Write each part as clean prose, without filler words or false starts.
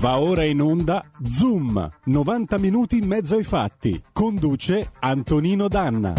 Va ora in onda Zoom, 90 minuti in mezzo ai fatti. Conduce Antonino Danna.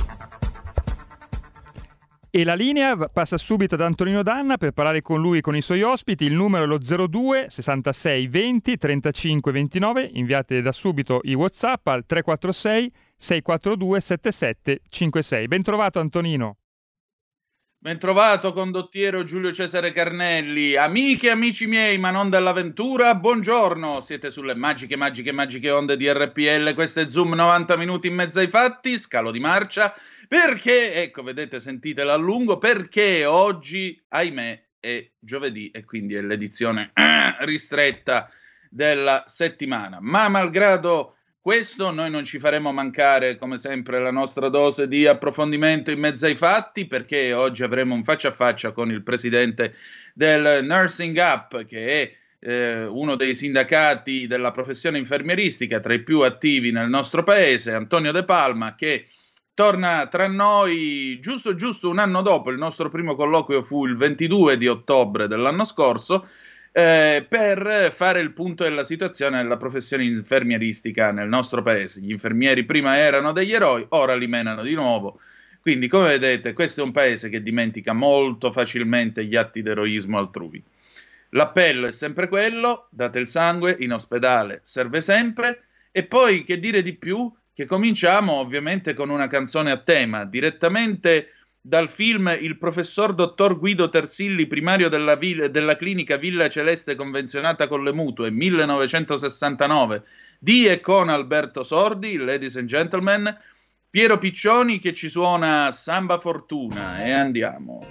E la linea passa subito ad Antonino Danna per parlare con lui e con i suoi ospiti. Il numero è lo 02 66 20 35 29. Inviate da subito i WhatsApp al 346 642 7756. Ben trovato Antonino. Bentrovato condottiero Giulio Cesare Carnelli, amiche e amici miei, ma non dell'avventura, buongiorno, siete sulle magiche onde di RPL, questo è Zoom 90 minuti in mezzo ai fatti, scalo di marcia, perché, ecco, vedete, sentitela a lungo, perché oggi, ahimè, è giovedì e quindi è l'edizione ristretta della settimana, ma malgrado questo noi non ci faremo mancare come sempre la nostra dose di approfondimento in mezzo ai fatti, perché oggi avremo un faccia a faccia con il presidente del Nursing Up, che è uno dei sindacati della professione infermieristica tra i più attivi nel nostro paese, Antonio De Palma, che torna tra noi giusto un anno dopo. Il nostro primo colloquio fu il 22 di ottobre dell'anno scorso, per fare il punto della situazione della professione infermieristica nel nostro paese. Gli infermieri prima erano degli eroi, ora li menano di nuovo. Quindi, come vedete, questo è un paese che dimentica molto facilmente gli atti d'eroismo altrui. L'appello è sempre quello: date il sangue, in ospedale serve sempre. E poi, che dire di più? Che cominciamo ovviamente con una canzone a tema, direttamente dal film Il professor dottor Guido Tersilli, primario della clinica Villa Celeste convenzionata con le mutue, 1969, di e con Alberto Sordi, ladies and gentlemen, Piero Piccioni che ci suona Samba Fortuna, e andiamo.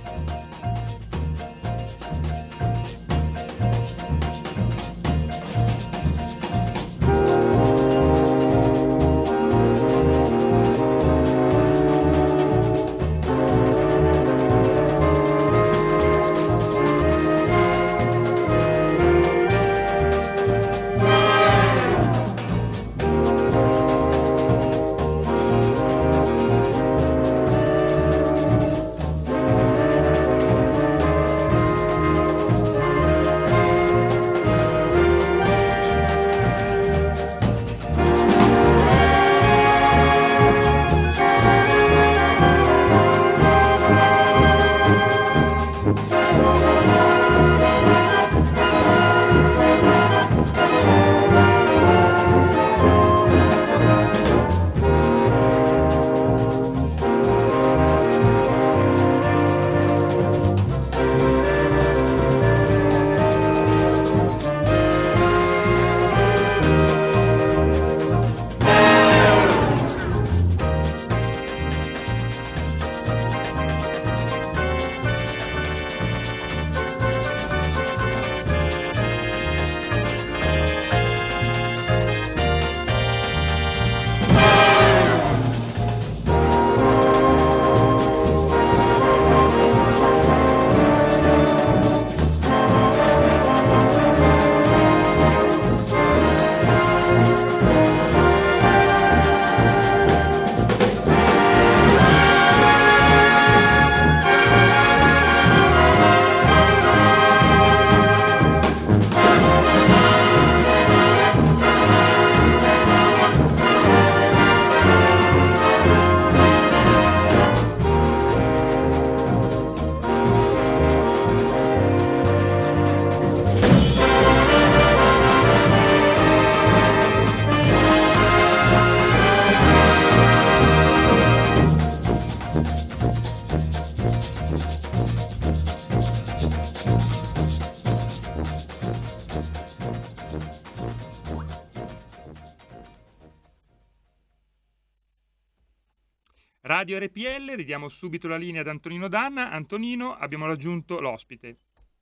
Radio RPL, ridiamo subito la linea ad Antonino Danna. Antonino, abbiamo raggiunto l'ospite.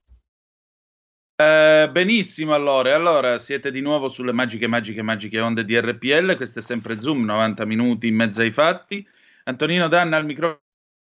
Benissimo, allora siete di nuovo sulle magiche onde di RPL, questo è sempre Zoom, 90 minuti in mezzo ai fatti. Antonino Danna al microfono.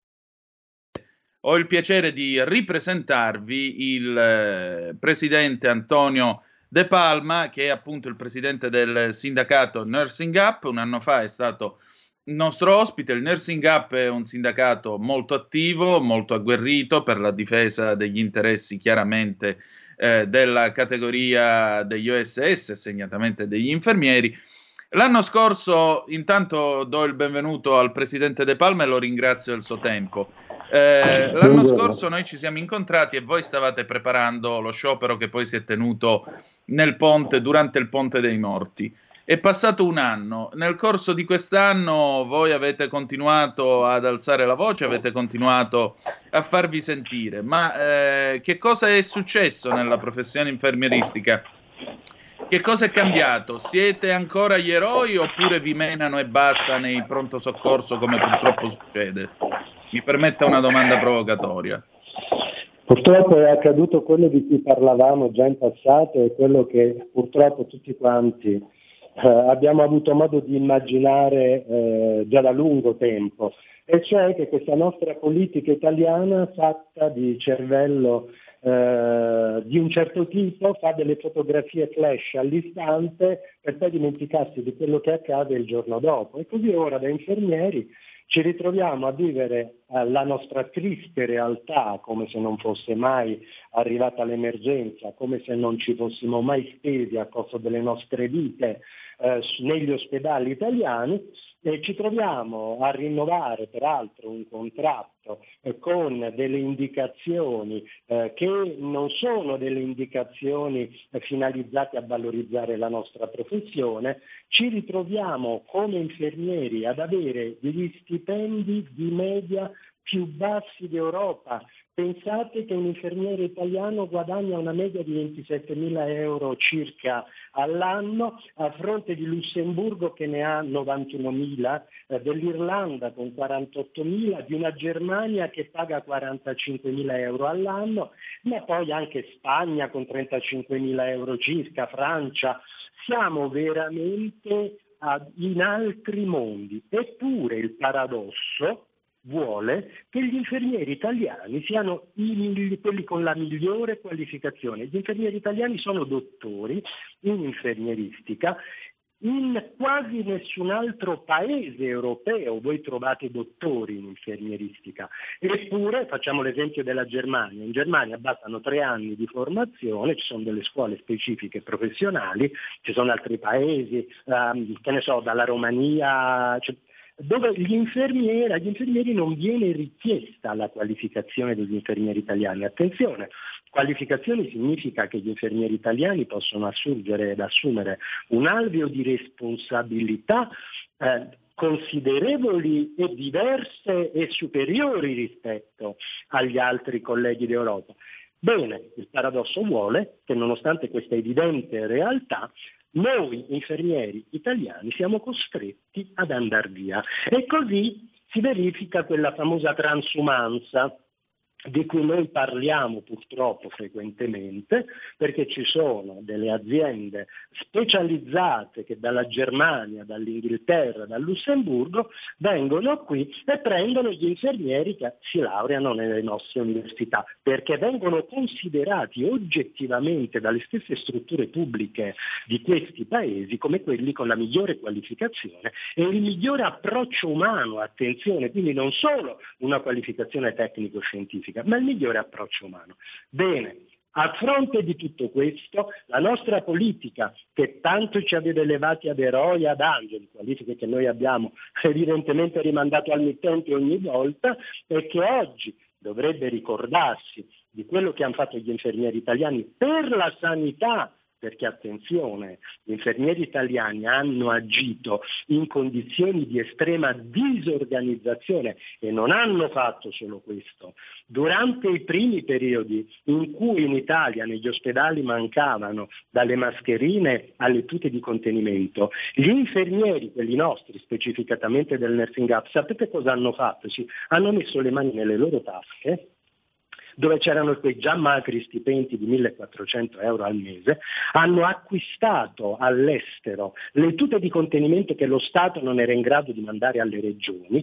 Ho il piacere di ripresentarvi il presidente Antonio De Palma, che è appunto il presidente del sindacato Nursing Up. Un anno fa è stato il nostro ospite. Il Nursing Up è un sindacato molto attivo, molto agguerrito per la difesa degli interessi chiaramente della categoria degli OSS, segnatamente degli infermieri. L'anno scorso, intanto do il benvenuto al presidente De Palma e lo ringrazio del suo tempo. L'anno scorso noi ci siamo incontrati e voi stavate preparando lo sciopero che poi si è tenuto nel ponte, durante il Ponte dei Morti. È passato un anno. Nel corso di quest'anno voi avete continuato ad alzare la voce, avete continuato a farvi sentire, ma che cosa è successo nella professione infermieristica? Che cosa è cambiato? Siete ancora gli eroi oppure vi menano e basta nei pronto soccorso come purtroppo succede? Mi permetta una domanda provocatoria. Purtroppo è accaduto quello di cui parlavamo già in passato e quello che purtroppo tutti quanti abbiamo avuto modo di immaginare già da lungo tempo, e cioè che questa nostra politica italiana fatta di cervello di un certo tipo fa delle fotografie flash all'istante per poi dimenticarsi di quello che accade il giorno dopo. E così ora da infermieri ci ritroviamo a vivere la nostra triste realtà come se non fosse mai arrivata l'emergenza, come se non ci fossimo mai spesi a costo delle nostre vite negli ospedali italiani, e ci troviamo a rinnovare peraltro un contratto con delle indicazioni che non sono delle indicazioni finalizzate a valorizzare la nostra professione. Ci ritroviamo come infermieri ad avere degli stipendi di media più bassi d'Europa. Pensate che un infermiere italiano guadagna una media di 27.000 euro circa all'anno, a fronte di Lussemburgo che ne ha 91.000, dell'Irlanda con 48.000, di una Germania che paga 45.000 euro all'anno, ma poi anche Spagna con 35.000 euro circa, Francia. Siamo veramente in altri mondi. Eppure il paradosso vuole che gli infermieri italiani siano quelli con la migliore qualificazione. Gli infermieri italiani sono dottori in infermieristica. In quasi nessun altro paese europeo voi trovate dottori in infermieristica. Eppure, facciamo l'esempio della Germania. In Germania bastano 3 anni di formazione, ci sono delle scuole specifiche professionali, ci sono altri paesi, che ne so, dalla Romania, dove agli infermieri non viene richiesta la qualificazione degli infermieri italiani. Attenzione, qualificazione significa che gli infermieri italiani possono assurgere ed assumere un alveo di responsabilità considerevoli e diverse e superiori rispetto agli altri colleghi d'Europa. Bene, il paradosso vuole che nonostante questa evidente realtà, noi infermieri italiani siamo costretti ad andar via, e così si verifica quella famosa transumanza di cui noi parliamo purtroppo frequentemente, perché ci sono delle aziende specializzate che dalla Germania, dall'Inghilterra, dal Lussemburgo vengono qui e prendono gli infermieri che si laureano nelle nostre università, perché vengono considerati oggettivamente dalle stesse strutture pubbliche di questi paesi come quelli con la migliore qualificazione e il migliore approccio umano, attenzione, quindi non solo una qualificazione tecnico-scientifica, ma il migliore approccio umano. Bene, a fronte di tutto questo, la nostra politica, che tanto ci aveva elevati ad eroi, ad angeli, qualifiche che noi abbiamo evidentemente rimandato al mittente ogni volta, è che oggi dovrebbe ricordarsi di quello che hanno fatto gli infermieri italiani per la sanità, perché attenzione, gli infermieri italiani hanno agito in condizioni di estrema disorganizzazione e non hanno fatto solo questo. Durante i primi periodi in cui in Italia negli ospedali mancavano dalle mascherine alle tute di contenimento, gli infermieri, quelli nostri specificatamente del nursing up, sapete cosa hanno fatto? Hanno messo le mani nelle loro tasche, dove c'erano quei già magri stipendi di 1.400 euro al mese, hanno acquistato all'estero le tute di contenimento che lo Stato non era in grado di mandare alle regioni,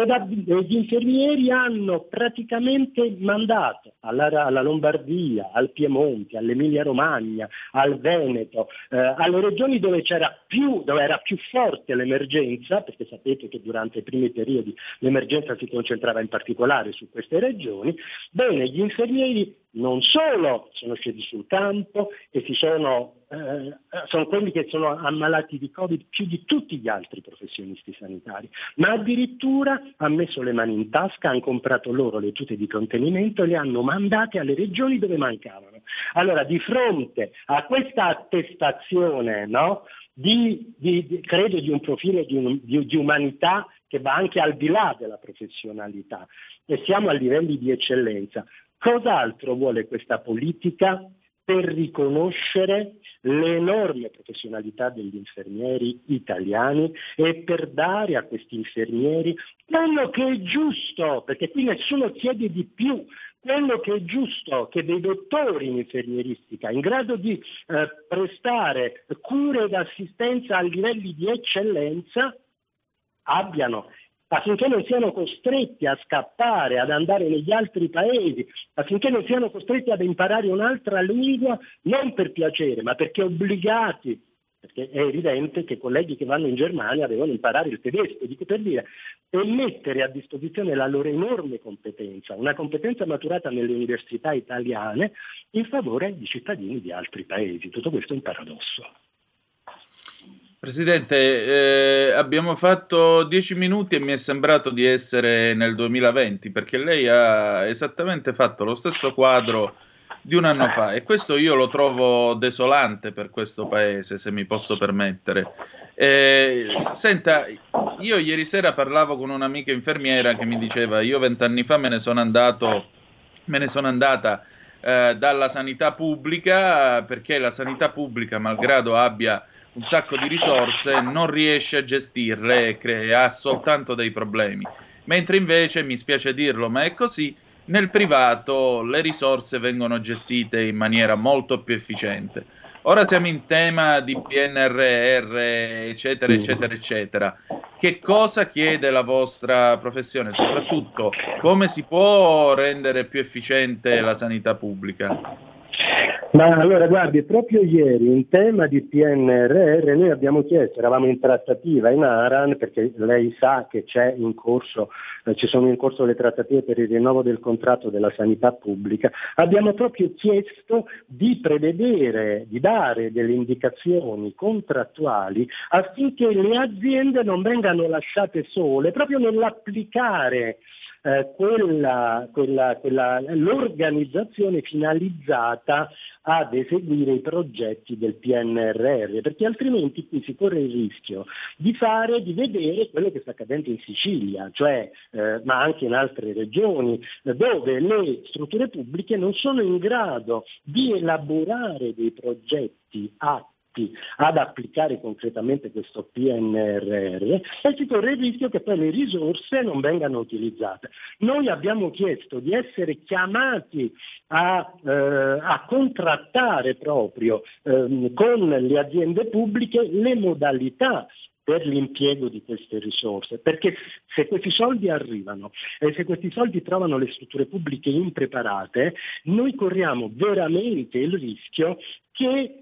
e gli infermieri hanno praticamente mandato alla Lombardia, al Piemonte, all'Emilia Romagna, al Veneto, alle regioni dove era più forte l'emergenza, perché sapete che durante i primi periodi l'emergenza si concentrava in particolare su queste regioni. Bene, gli infermieri non solo sono scesi sul campo e sono quelli che sono ammalati di Covid più di tutti gli altri professionisti sanitari, ma addirittura hanno messo le mani in tasca, hanno comprato loro le tute di contenimento e le hanno mandate alle regioni dove mancavano. Allora, di fronte a questa attestazione, no, credo di un profilo di umanità che va anche al di là della professionalità, e siamo a livelli di eccellenza, cos'altro vuole questa politica per riconoscere l'enorme professionalità degli infermieri italiani e per dare a questi infermieri quello che è giusto, perché qui nessuno chiede di più, quello che è giusto, che dei dottori in infermieristica in grado di prestare cure ed assistenza a livelli di eccellenza abbiano, affinché non siano costretti a scappare, ad andare negli altri paesi, affinché non siano costretti ad imparare un'altra lingua, non per piacere, ma perché obbligati, perché è evidente che colleghi che vanno in Germania devono imparare il tedesco, dico per dire, e mettere a disposizione la loro enorme competenza, una competenza maturata nelle università italiane, in favore di cittadini di altri paesi. Tutto questo è un paradosso. Presidente, abbiamo fatto 10 minuti e mi è sembrato di essere nel 2020, perché lei ha esattamente fatto lo stesso quadro di un anno fa, e questo io lo trovo desolante per questo paese, se mi posso permettere. Senta, io ieri sera parlavo con un'amica infermiera che mi diceva: io 20 anni fa me ne sono andata dalla sanità pubblica, perché la sanità pubblica, malgrado abbia un sacco di risorse, non riesce a gestirle e ha soltanto dei problemi. Mentre invece, mi spiace dirlo, ma è così, nel privato le risorse vengono gestite in maniera molto più efficiente. Ora siamo in tema di PNRR, eccetera, eccetera, eccetera. Che cosa chiede la vostra professione? Soprattutto, come si può rendere più efficiente la sanità pubblica? Ma allora guardi, proprio ieri in tema di PNRR noi abbiamo chiesto, eravamo in trattativa in ARAN, perché lei sa che ci sono in corso le trattative per il rinnovo del contratto della sanità pubblica, abbiamo proprio chiesto di prevedere, di dare delle indicazioni contrattuali affinché le aziende non vengano lasciate sole proprio nell'applicare l'organizzazione finalizzata ad eseguire i progetti del PNRR, perché altrimenti qui si corre il rischio di vedere quello che sta accadendo in Sicilia, ma anche in altre regioni, dove le strutture pubbliche non sono in grado di elaborare dei progetti ad applicare concretamente questo PNRR, e si corre il rischio che poi le risorse non vengano utilizzate. Noi abbiamo chiesto di essere chiamati a contrattare proprio con le aziende pubbliche le modalità per l'impiego di queste risorse, perché se questi soldi arrivano e se questi soldi trovano le strutture pubbliche impreparate, noi corriamo veramente il rischio che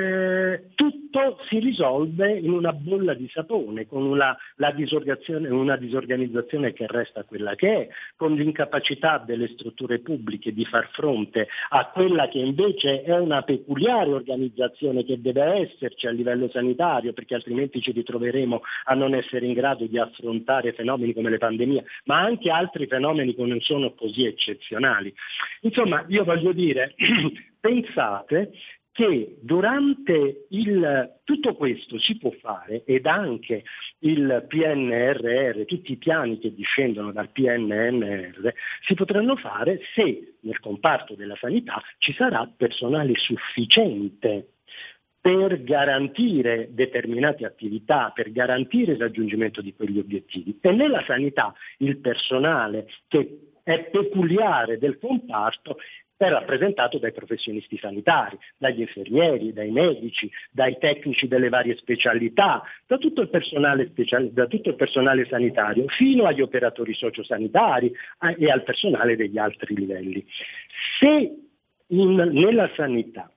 tutto si risolve in una bolla di sapone, con una disorganizzazione che resta quella che è, con l'incapacità delle strutture pubbliche di far fronte a quella che invece è una peculiare organizzazione che deve esserci a livello sanitario, perché altrimenti ci ritroveremo a non essere in grado di affrontare fenomeni come le pandemie, ma anche altri fenomeni che non sono così eccezionali. Insomma, io voglio dire, pensate che durante tutto questo si può fare, ed anche il PNRR, tutti i piani che discendono dal PNRR si potranno fare se nel comparto della sanità ci sarà personale sufficiente per garantire determinate attività, per garantire il raggiungimento di quegli obiettivi. E nella sanità il personale che è peculiare del comparto è rappresentato dai professionisti sanitari, dagli infermieri, dai medici, dai tecnici delle varie specialità, da tutto il personale sanitario, fino agli operatori sociosanitari e al personale degli altri livelli. Se nella sanità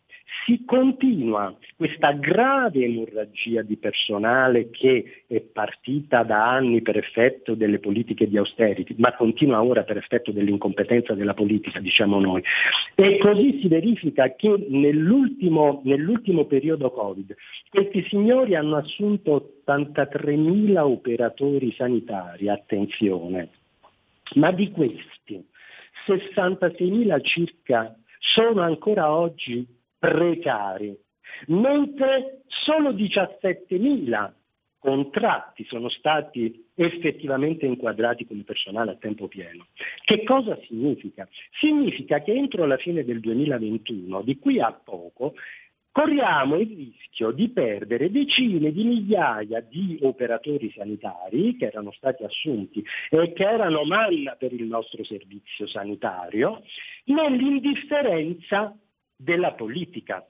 si continua questa grave emorragia di personale che è partita da anni per effetto delle politiche di austerity, ma continua ora per effetto dell'incompetenza della politica, diciamo noi. E così si verifica che nell'ultimo periodo Covid questi signori hanno assunto 83.000 operatori sanitari, attenzione, ma di questi 66.000 circa sono ancora oggi precari, mentre solo 17.000 contratti sono stati effettivamente inquadrati come personale a tempo pieno. Che cosa significa? Significa che entro la fine del 2021, di qui a poco, corriamo il rischio di perdere decine di migliaia di operatori sanitari che erano stati assunti e che erano manna per il nostro servizio sanitario, nell'indifferenza della politica.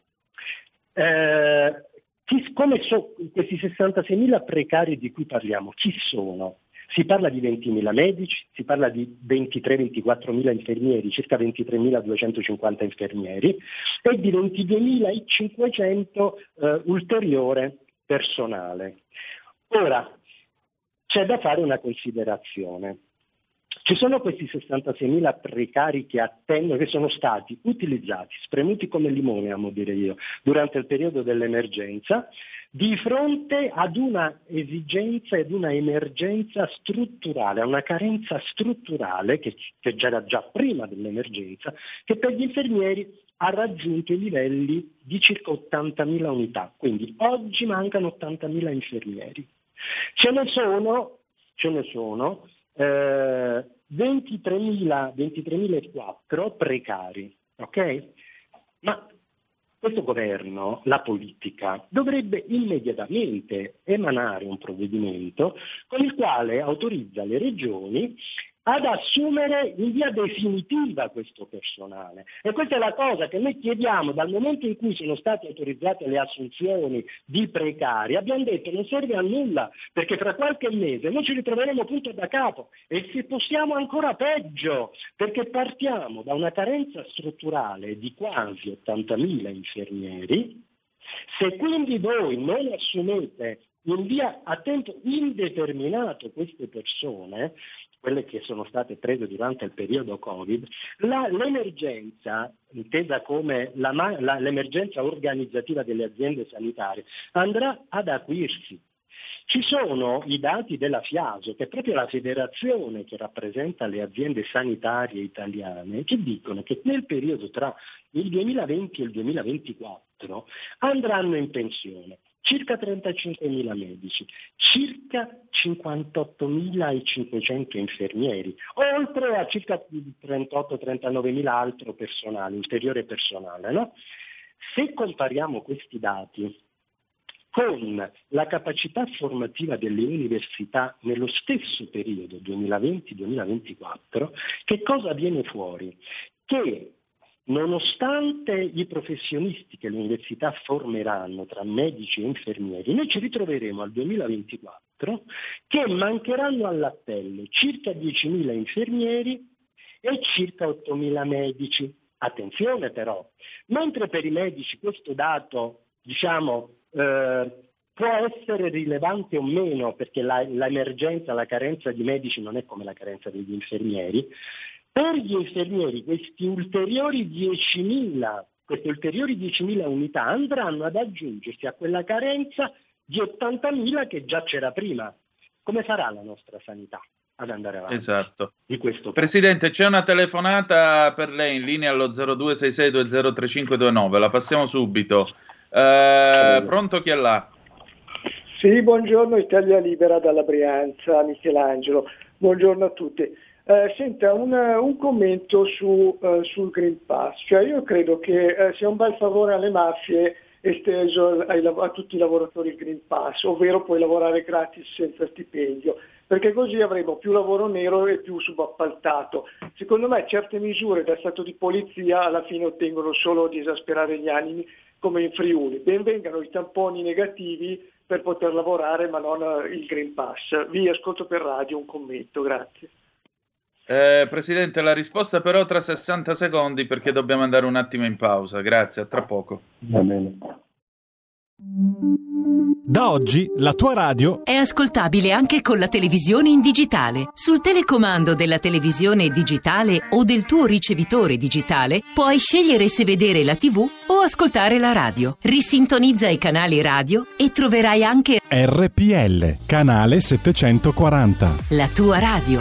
Questi 66.000 precari di cui parliamo, chi sono? Si parla di 20.000 medici, si parla di 23-24.000 infermieri, circa 23.250 infermieri e di 22.500 ulteriore personale. Ora, c'è da fare una considerazione. Ci sono questi 66.000 precari che attendono, che sono stati utilizzati, spremuti come limone, amo dire io, durante il periodo dell'emergenza, di fronte ad una esigenza ed una emergenza strutturale, a una carenza strutturale che c'era già prima dell'emergenza, che per gli infermieri ha raggiunto i livelli di circa 80.000 unità. Quindi oggi mancano 80.000 infermieri. Ce ne sono 23.004 precari, ok? Ma questo governo, la politica, dovrebbe immediatamente emanare un provvedimento con il quale autorizza le regioni ad assumere in via definitiva questo personale. E questa è la cosa che noi chiediamo dal momento in cui sono state autorizzate le assunzioni di precari. Abbiamo detto non serve a nulla, perché fra qualche mese noi ci ritroveremo punto da capo e se possiamo ancora peggio, perché partiamo da una carenza strutturale di quasi 80.000 infermieri. Se quindi voi non assumete in via a tempo indeterminato queste persone, quelle che sono state prese durante il periodo Covid, l'emergenza, intesa come l'emergenza organizzativa delle aziende sanitarie, andrà ad acuirsi. Ci sono i dati della FIASO, che è proprio la federazione che rappresenta le aziende sanitarie italiane, che dicono che nel periodo tra il 2020 e il 2024 andranno in pensione circa 35.000 medici, circa 58.500 infermieri, oltre a circa 38-39.000 altro personale, ulteriore personale, no? Se compariamo questi dati con la capacità formativa delle università nello stesso periodo 2020-2024, che cosa viene fuori? Che nonostante i professionisti che le università formeranno tra medici e infermieri, noi ci ritroveremo al 2024 che mancheranno all'appello circa 10.000 infermieri e circa 8.000 medici. Attenzione però, mentre per i medici questo dato, può essere rilevante o meno, perché l'emergenza, la carenza di medici non è come la carenza degli infermieri, per gli infermieri queste ulteriori 10.000 unità andranno ad aggiungersi a quella carenza di 80.000 che già c'era prima. Come farà la nostra sanità ad andare avanti? Esatto. Di questo Presidente, c'è una telefonata per lei in linea allo 0266203529, la passiamo subito. Pronto, chi è là? Sì, buongiorno, Italia Libera dalla Brianza, Michelangelo. Buongiorno a tutti. Senta, un commento sul Green Pass. Cioè io credo che sia un bel favore alle mafie esteso a tutti i lavoratori il Green Pass, ovvero puoi lavorare gratis senza stipendio, perché così avremo più lavoro nero e più subappaltato. Secondo me certe misure da stato di polizia alla fine ottengono solo di esasperare gli animi, come in Friuli. Ben vengano i tamponi negativi per poter lavorare, ma non il Green Pass. Vi ascolto per radio, un commento, grazie. Presidente, la risposta però tra 60 secondi perché dobbiamo andare un attimo in pausa. Grazie, a tra poco. Va bene. Da oggi la tua radio è ascoltabile anche con la televisione in digitale. Sul telecomando della televisione digitale o del tuo ricevitore digitale puoi scegliere se vedere la TV o ascoltare la radio. Risintonizza i canali radio e troverai anche RPL, canale 740. la tua radio.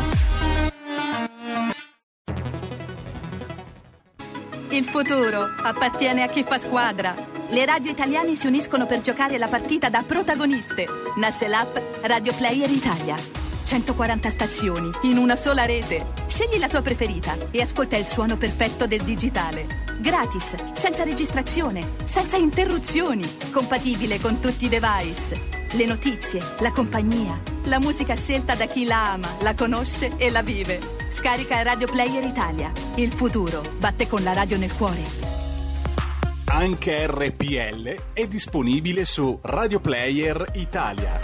Il futuro appartiene a chi fa squadra. Le radio italiane si uniscono per giocare la partita da protagoniste. Nasce l'app Radio Player Italia. 140 stazioni in una sola rete. Scegli la tua preferita e ascolta il suono perfetto del digitale. Gratis, senza registrazione, senza interruzioni. Compatibile con tutti i device. Le notizie, la compagnia, la musica scelta da chi la ama, la conosce e la vive. Scarica Radio Player Italia. Il futuro batte con la radio nel cuore. Anche RPL è disponibile su Radio Player Italia.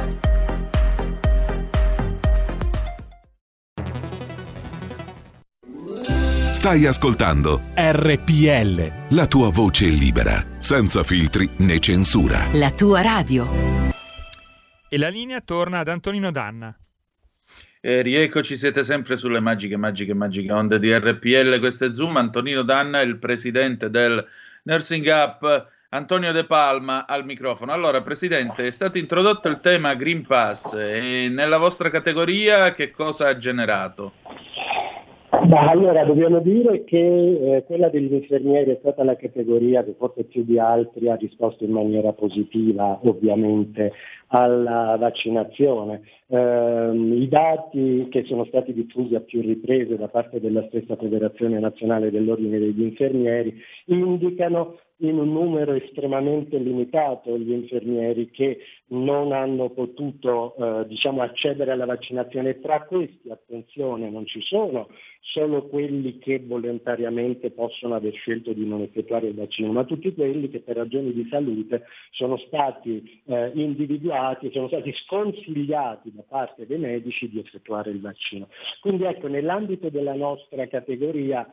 Stai ascoltando RPL, la tua voce libera, senza filtri né censura. La tua radio. E la linea torna ad Antonino Danna. Rieccoci, siete sempre sulle magiche onde di RPL. Questo è Zoom. Antonino Danna, il presidente del Nursing Up, Antonio De Palma al microfono. Allora, Presidente, è stato introdotto il tema Green Pass e nella vostra categoria che cosa ha generato? Allora, dobbiamo dire che quella degli infermieri è stata la categoria che forse più di altri ha risposto in maniera positiva, ovviamente, alla vaccinazione. I dati che sono stati diffusi a più riprese da parte della stessa Federazione Nazionale dell'Ordine degli Infermieri indicano in un numero estremamente limitato gli infermieri che non hanno potuto accedere alla vaccinazione. Tra questi, attenzione, non ci sono solo quelli che volontariamente possono aver scelto di non effettuare il vaccino, ma tutti quelli che per ragioni di salute sono stati individuati, sono stati sconsigliati da parte dei medici di effettuare il vaccino. Quindi ecco, nell'ambito della nostra categoria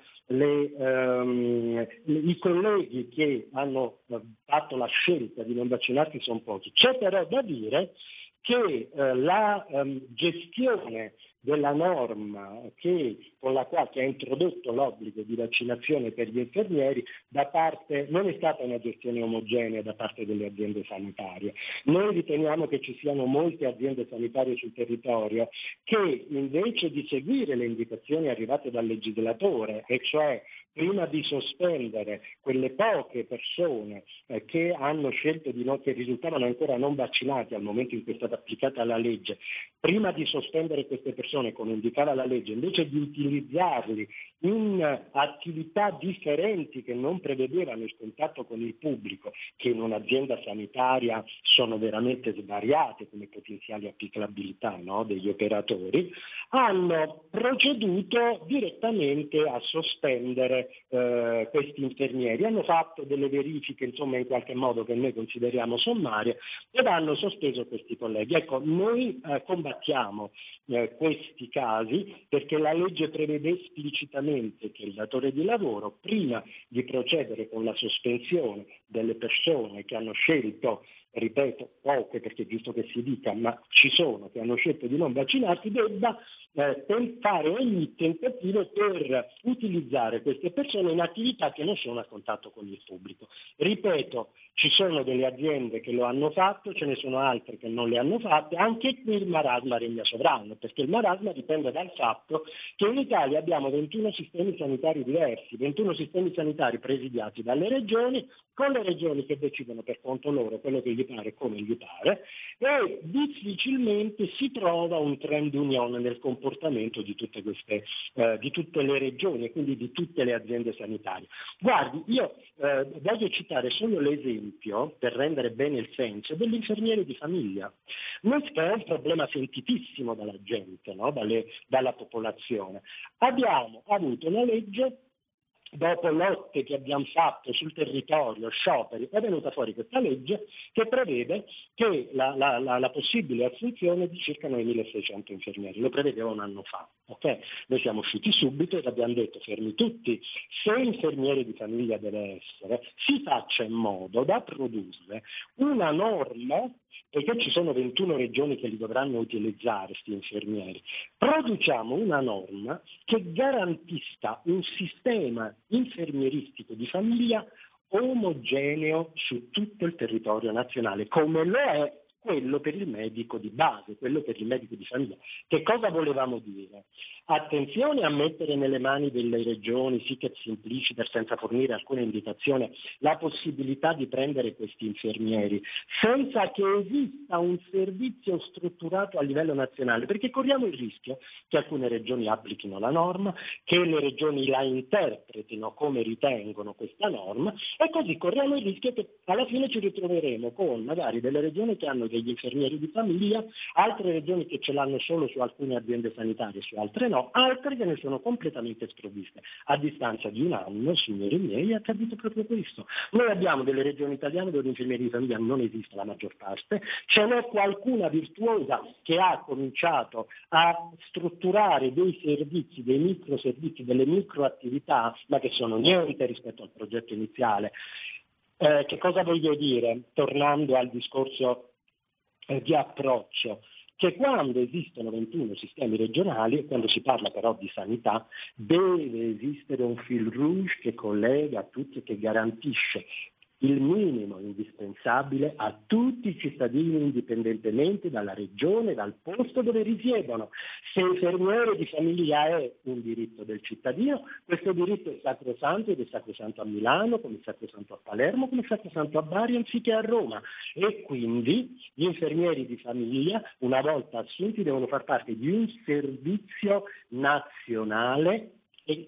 i colleghi che hanno fatto la scelta di non vaccinarsi sono pochi. C'è però da dire che la gestione della norma che ha introdotto l'obbligo di vaccinazione per gli infermieri non è stata una gestione omogenea da parte delle aziende sanitarie. Noi riteniamo che ci siano molte aziende sanitarie sul territorio che invece di seguire le indicazioni arrivate dal legislatore, e cioè prima di sospendere quelle poche persone che hanno scelto che risultavano ancora non vaccinati al momento in cui è stata applicata la legge, prima di sospendere queste persone, come indicava la legge, invece di utilizzarli in attività differenti che non prevedevano il contatto con il pubblico, che in un'azienda sanitaria sono veramente svariate come potenziali applicabilità, no, degli operatori, hanno proceduto direttamente a sospendere questi infermieri, hanno fatto delle verifiche in qualche modo che noi consideriamo sommarie ed hanno sospeso questi colleghi. Ecco, noi combattiamo questi casi perché la legge prevede esplicitamente che il datore di lavoro, prima di procedere con la sospensione delle persone che hanno scelto, ripeto, poche perché è giusto che si dica, ma ci sono che hanno scelto di non vaccinarsi, debba fare ogni tentativo per utilizzare queste persone in attività che non sono a contatto con il pubblico. Ripeto, ci sono delle aziende che lo hanno fatto, ce ne sono altre che non le hanno fatte, anche qui il marasma regna sovrano, perché il marasma dipende dal fatto che in Italia abbiamo 21 sistemi sanitari diversi, 21 sistemi sanitari presidiati dalle regioni, con le regioni che decidono per conto loro quello che gli pare e come gli pare, e difficilmente si trova un trend union nel comportamento di tutte le regioni e quindi di tutte le aziende sanitarie. Guardi, io voglio citare solo l'esempio, per rendere bene il senso, dell'infermiere di famiglia. Che è un problema sentitissimo dalla gente, no? Dalla popolazione. Abbiamo avuto una legge dopo lotte che abbiamo fatto sul territorio, scioperi, è venuta fuori questa legge che prevede che la possibile assunzione di circa 9.600 infermieri. Lo prevedeva un anno fa. Okay? Noi siamo usciti subito e abbiamo detto: fermi tutti, se infermiere di famiglia deve essere, si faccia in modo da produrre una norma, perché ci sono 21 regioni che li dovranno utilizzare, questi infermieri. Produciamo una norma che garantisca un sistema infermieristico di famiglia omogeneo su tutto il territorio nazionale, come lo è quello per il medico di base, quello per il medico di famiglia. Che cosa volevamo dire? Attenzione a mettere nelle mani delle regioni, sic et simpliciter, senza fornire alcuna indicazione, la possibilità di prendere questi infermieri, senza che esista un servizio strutturato a livello nazionale, perché corriamo il rischio che alcune regioni applichino la norma, che le regioni la interpretino come ritengono questa norma, e così corriamo il rischio che alla fine ci ritroveremo con magari delle regioni che hanno degli infermieri di famiglia, altre regioni che ce l'hanno solo su alcune aziende sanitarie, su altre no, altre che ne sono completamente sprovviste. A distanza di un anno, signori miei, è accaduto proprio questo. Noi abbiamo delle regioni italiane dove gli infermieri di famiglia non esiste la maggior parte, ce n'è qualcuna virtuosa che ha cominciato a strutturare dei servizi, dei microservizi, delle microattività, ma che sono niente rispetto al progetto iniziale. Che cosa voglio dire? Tornando al discorso di approccio, che quando esistono 21 sistemi regionali, quando si parla però di sanità, deve esistere un fil rouge che collega tutti e che garantisce il minimo indispensabile a tutti i cittadini, indipendentemente dalla regione, dal posto dove risiedono. Se infermiere di famiglia è un diritto del cittadino, questo diritto è sacrosanto, ed è sacrosanto a Milano, come è sacrosanto a Palermo, come è sacrosanto a Bari, anziché a Roma. E quindi gli infermieri di famiglia, una volta assunti, devono far parte di un servizio nazionale. E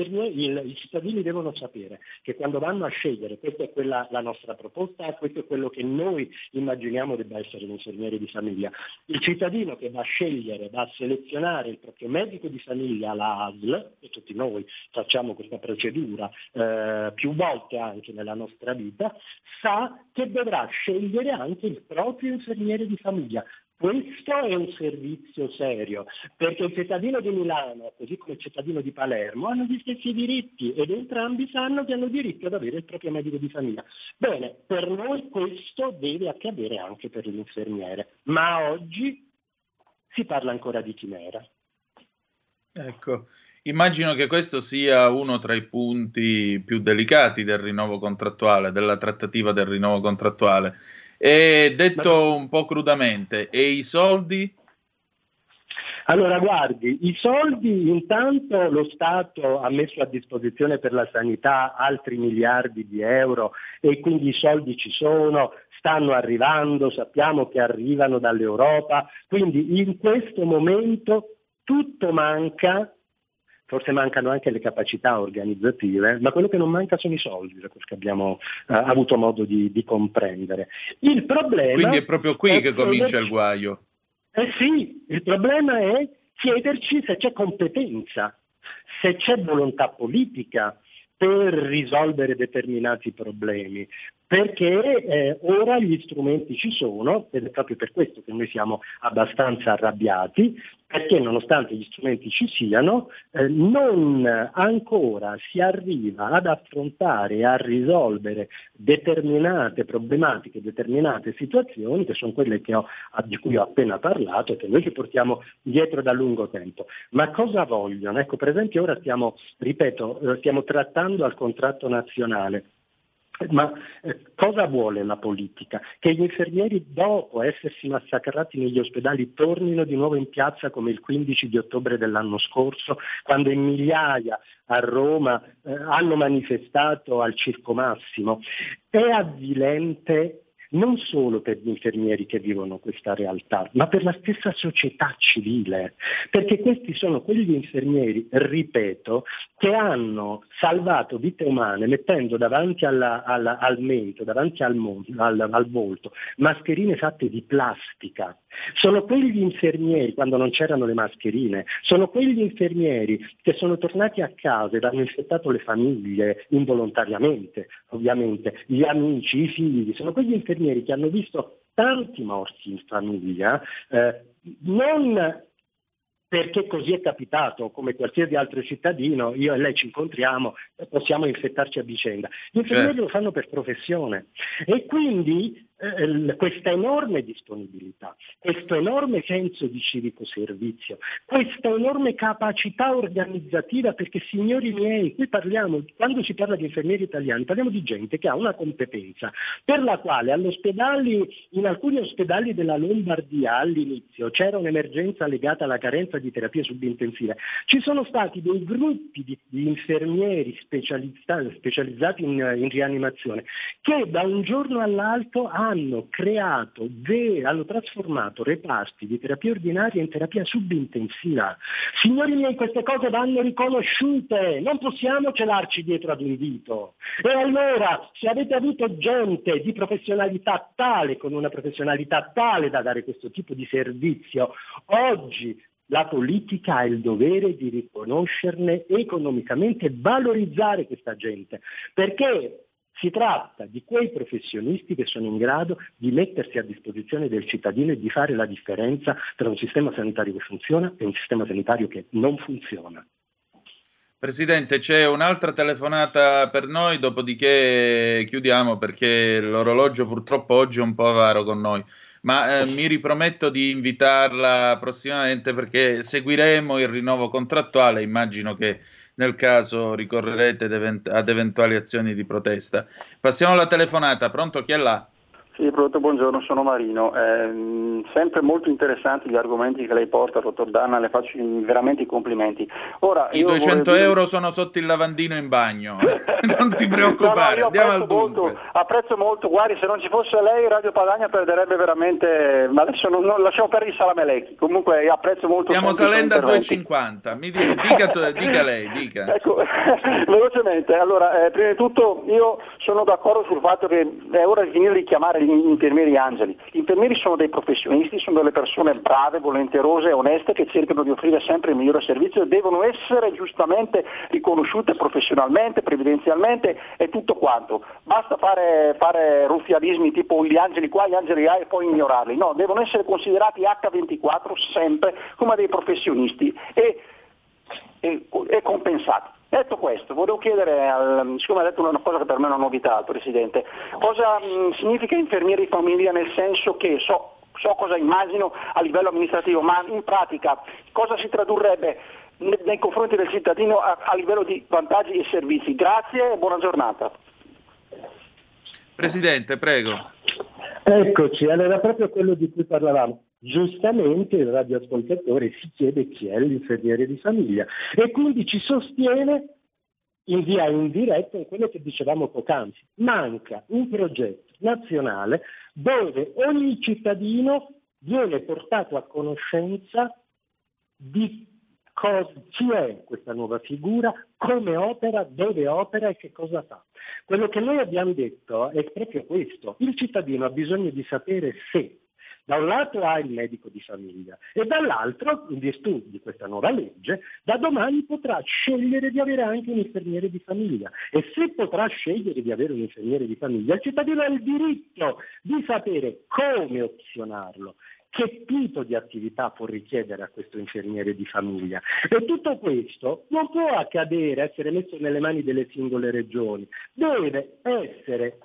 i cittadini devono sapere che quando vanno a scegliere, questa è la nostra proposta, questo è quello che noi immaginiamo debba essere l'infermiere di famiglia. Il cittadino che va a scegliere, va a selezionare il proprio medico di famiglia alla ASL, e tutti noi facciamo questa procedura più volte anche nella nostra vita, sa che dovrà scegliere anche il proprio infermiere di famiglia. Questo è un servizio serio, perché il cittadino di Milano, così come il cittadino di Palermo, hanno gli stessi diritti ed entrambi sanno che hanno diritto ad avere il proprio medico di famiglia. Bene, per noi questo deve accadere anche per l'infermiere, ma oggi si parla ancora di chimera. Ecco, immagino che questo sia uno tra i punti più delicati del rinnovo contrattuale, della trattativa del rinnovo contrattuale. E detto un po' crudamente, e i soldi? Allora guardi, i soldi intanto lo Stato ha messo a disposizione per la sanità altri miliardi di euro e quindi i soldi ci sono, stanno arrivando, sappiamo che arrivano dall'Europa, quindi in questo momento tutto manca. Forse mancano anche le capacità organizzative, ma quello che non manca sono i soldi, da quel che abbiamo avuto modo di comprendere. Il problema, quindi è proprio qui che comincia il guaio. Sì, il problema è chiederci se c'è competenza, se c'è volontà politica per risolvere determinati problemi, perché ora gli strumenti ci sono, ed è proprio per questo che noi siamo abbastanza arrabbiati, perché nonostante gli strumenti ci siano, non ancora si arriva ad affrontare e a risolvere determinate problematiche, determinate situazioni, che sono quelle di cui ho appena parlato e che noi ci portiamo dietro da lungo tempo. Ma cosa vogliono? Ecco, per esempio ora stiamo trattando al contratto nazionale. Ma cosa vuole la politica? Che gli infermieri, dopo essersi massacrati negli ospedali, tornino di nuovo in piazza come il 15 di ottobre dell'anno scorso, quando in migliaia a Roma hanno manifestato al Circo Massimo? È avvilente non solo per gli infermieri che vivono questa realtà, ma per la stessa società civile, perché questi sono quegli infermieri, ripeto, che hanno salvato vite umane mettendo davanti al mento, davanti al volto, mascherine fatte di plastica. Sono quegli infermieri, quando non c'erano le mascherine, sono quegli infermieri che sono tornati a casa ed hanno infettato le famiglie involontariamente, ovviamente, gli amici, i figli, sono quegli infermieri che hanno visto tanti morti in famiglia, non perché così è capitato, come qualsiasi altro cittadino, io e lei ci incontriamo e possiamo infettarci a vicenda. Gli infermieri lo fanno per professione e quindi questa enorme disponibilità, questo enorme senso di civico servizio, questa enorme capacità organizzativa, perché signori miei, qui parliamo, quando si parla di infermieri italiani, parliamo di gente che ha una competenza per la quale in alcuni ospedali della Lombardia all'inizio c'era un'emergenza legata alla carenza di terapie subintensive. Ci sono stati dei gruppi di infermieri specializzati in rianimazione che da un giorno all'altro hanno trasformato reparti di terapia ordinaria in terapia subintensiva. Signori miei, queste cose vanno riconosciute, non possiamo celarci dietro ad un dito. E allora, se avete avuto gente di professionalità tale, con una professionalità tale da dare questo tipo di servizio, oggi la politica ha il dovere di riconoscerne economicamente e valorizzare questa gente, perché si tratta di quei professionisti che sono in grado di mettersi a disposizione del cittadino e di fare la differenza tra un sistema sanitario che funziona e un sistema sanitario che non funziona. Presidente, c'è un'altra telefonata per noi, dopodiché chiudiamo perché l'orologio purtroppo oggi è un po' avaro con noi. Ma mi riprometto di invitarla prossimamente perché seguiremo il rinnovo contrattuale, immagino che nel caso ricorrerete ad eventuali azioni di protesta. Passiamo alla telefonata, pronto, chi è là? Sì, pronto, buongiorno, sono Marino. Sempre molto interessanti gli argomenti che lei porta, dottor Danna, le faccio veramente i complimenti. Ora, I 200 euro sono sotto il lavandino in bagno, non ti preoccupare, no, andiamo al dunque. Apprezzo molto, guardi, se non ci fosse lei Radio Padania perderebbe veramente, ma adesso non lasciamo perdere i salamelecchi, comunque apprezzo molto. Stiamo salendo a 2,50, dica lei. Ecco, velocemente, allora, prima di tutto io sono d'accordo sul fatto che è ora di finire di chiamare gli infermieri angeli. Gli infermieri sono dei professionisti, sono delle persone brave, volenterose e oneste che cercano di offrire sempre il migliore servizio e devono essere giustamente riconosciute professionalmente, previdenzialmente e tutto quanto. Basta fare ruffianismi tipo gli angeli qua, gli angeli là e poi ignorarli. No, devono essere considerati H24 sempre come dei professionisti e compensati. Detto questo, volevo chiedere, siccome ha detto una cosa che per me è una novità al Presidente, cosa significa infermiere di famiglia, nel senso che so cosa immagino a livello amministrativo, ma in pratica cosa si tradurrebbe nei confronti del cittadino a livello di vantaggi e servizi? Grazie e buona giornata. Presidente, prego. Eccoci, allora proprio quello di cui parlavamo. Giustamente il radioascoltatore si chiede chi è l'infermiere di famiglia e quindi ci sostiene in via indiretta in quello che dicevamo poc'anzi. Manca un progetto nazionale dove ogni cittadino viene portato a conoscenza di chi è questa nuova figura, come opera, dove opera e che cosa fa. Quello che noi abbiamo detto è proprio questo: il cittadino ha bisogno di sapere se da un lato ha il medico di famiglia e dall'altro, in virtù di questa nuova legge, da domani potrà scegliere di avere anche un infermiere di famiglia. E se potrà scegliere di avere un infermiere di famiglia, il cittadino ha il diritto di sapere come opzionarlo, che tipo di attività può richiedere a questo infermiere di famiglia. E tutto questo non può essere messo nelle mani delle singole regioni, deve essere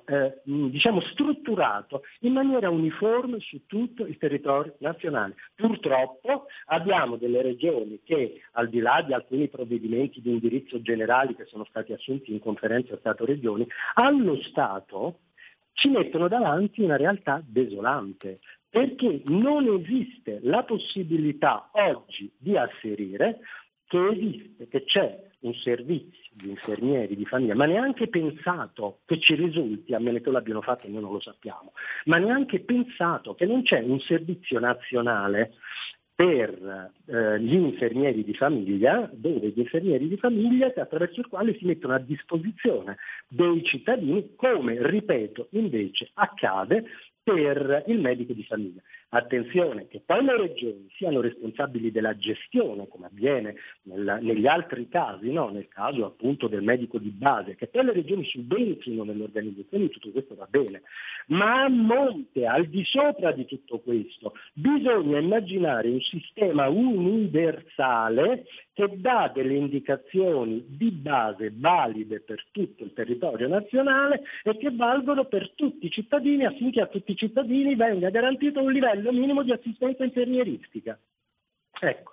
strutturato in maniera uniforme su tutto il territorio nazionale. Purtroppo abbiamo delle regioni che, al di là di alcuni provvedimenti di indirizzo generali che sono stati assunti in conferenza Stato-Regioni, allo Stato ci mettono davanti una realtà desolante, perché non esiste la possibilità oggi di asserire che esiste, che c'è un servizio di infermieri di famiglia, ma neanche pensato che ci risulti, a meno che l'abbiano fatto e noi non lo sappiamo, ma neanche pensato che non c'è un servizio nazionale per gli infermieri di famiglia, dove gli infermieri di famiglia attraverso il quale si mettono a disposizione dei cittadini, come, ripeto, invece accade per il medico di famiglia. Attenzione che poi le regioni siano responsabili della gestione, come avviene negli altri casi, no? Nel caso appunto del medico di base, che poi le regioni subentrino nell'organizzazione di tutto questo va bene, ma a monte, al di sopra di tutto questo, bisogna immaginare un sistema universale che dà delle indicazioni di base valide per tutto il territorio nazionale e che valgono per tutti i cittadini, affinché a tutti i cittadini venga garantito un livello minimo di assistenza infermieristica. Ecco.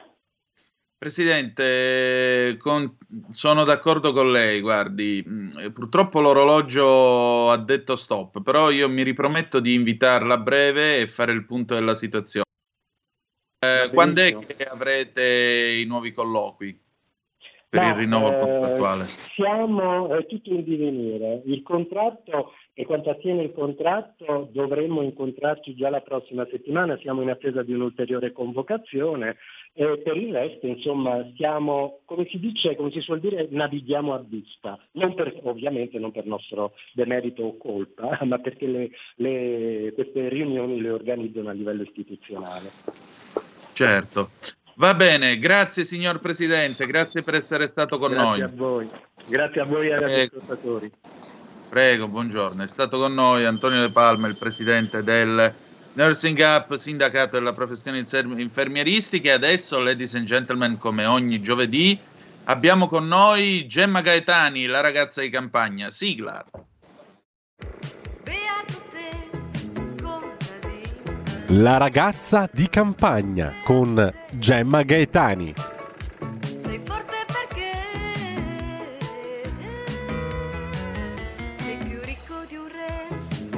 Presidente, sono d'accordo con lei, guardi, purtroppo l'orologio ha detto stop, però io mi riprometto di invitarla a breve e fare il punto della situazione. Quando è che avrete i nuovi colloqui per il rinnovo contrattuale? Siamo tutto in divenire. Il contratto e quanto attiene il contratto dovremmo incontrarci già la prossima settimana, siamo in attesa di un'ulteriore convocazione e per il resto insomma stiamo, come si suol dire, navighiamo a vista, ovviamente non per nostro demerito o colpa, ma perché queste riunioni le organizzano a livello istituzionale. Certo. Va bene, grazie signor Presidente, grazie per essere stato con noi. Grazie a voi e agli ascoltatori. Prego, buongiorno. È stato con noi Antonio De Palma, il presidente del Nursing Up, sindacato della professione infermieristica. E adesso, ladies and gentlemen, come ogni giovedì, abbiamo con noi Gemma Gaetani, la ragazza di campagna. Sigla. La ragazza di campagna con Gemma Gaetani. Sei forte perché sei più ricco di un re.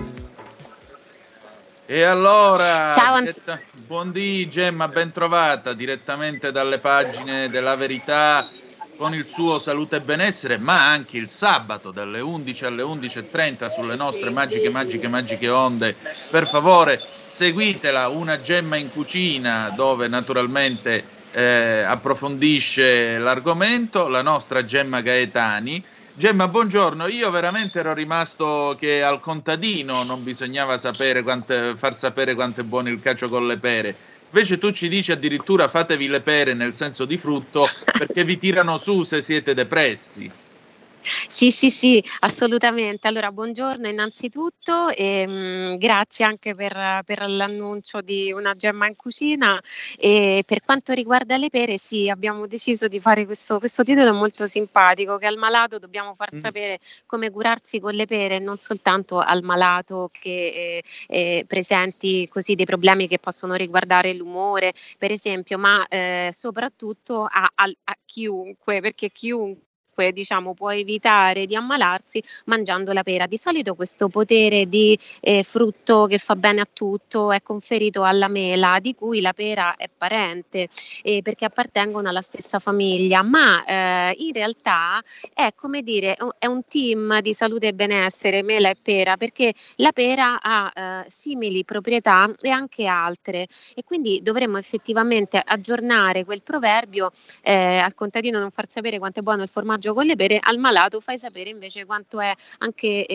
E allora, ciao. Buondì Gemma, ben trovata direttamente dalle pagine della Verità con il suo Salute e Benessere, ma anche il sabato dalle 11 alle 11.30 sulle nostre magiche onde. Per favore, seguitela, Una Gemma in Cucina, dove naturalmente approfondisce l'argomento, la nostra Gemma Gaetani. Gemma, buongiorno. Io veramente ero rimasto che al contadino non bisognava far sapere quanto è buono il cacio con le pere. Invece tu ci dici addirittura fatevi le pere nel senso di frutto perché vi tirano su se siete depressi. Sì, assolutamente. Allora, buongiorno innanzitutto e grazie anche per l'annuncio di Una Gemma in Cucina. E per quanto riguarda le pere, sì, abbiamo deciso di fare questo titolo molto simpatico, che al malato dobbiamo far sapere come curarsi con le pere, non soltanto al malato che presenti così dei problemi che possono riguardare l'umore, per esempio, ma soprattutto a chiunque, perché chiunque può evitare di ammalarsi mangiando la pera. Di solito questo potere di frutto che fa bene a tutto è conferito alla mela, di cui la pera è parente perché appartengono alla stessa famiglia, ma in realtà è è un team di salute e benessere, mela e pera, perché la pera ha simili proprietà e anche altre, e quindi dovremmo effettivamente aggiornare quel proverbio: al contadino non far sapere quanto è buono il formaggio con le pere, al malato fai sapere invece quanto è anche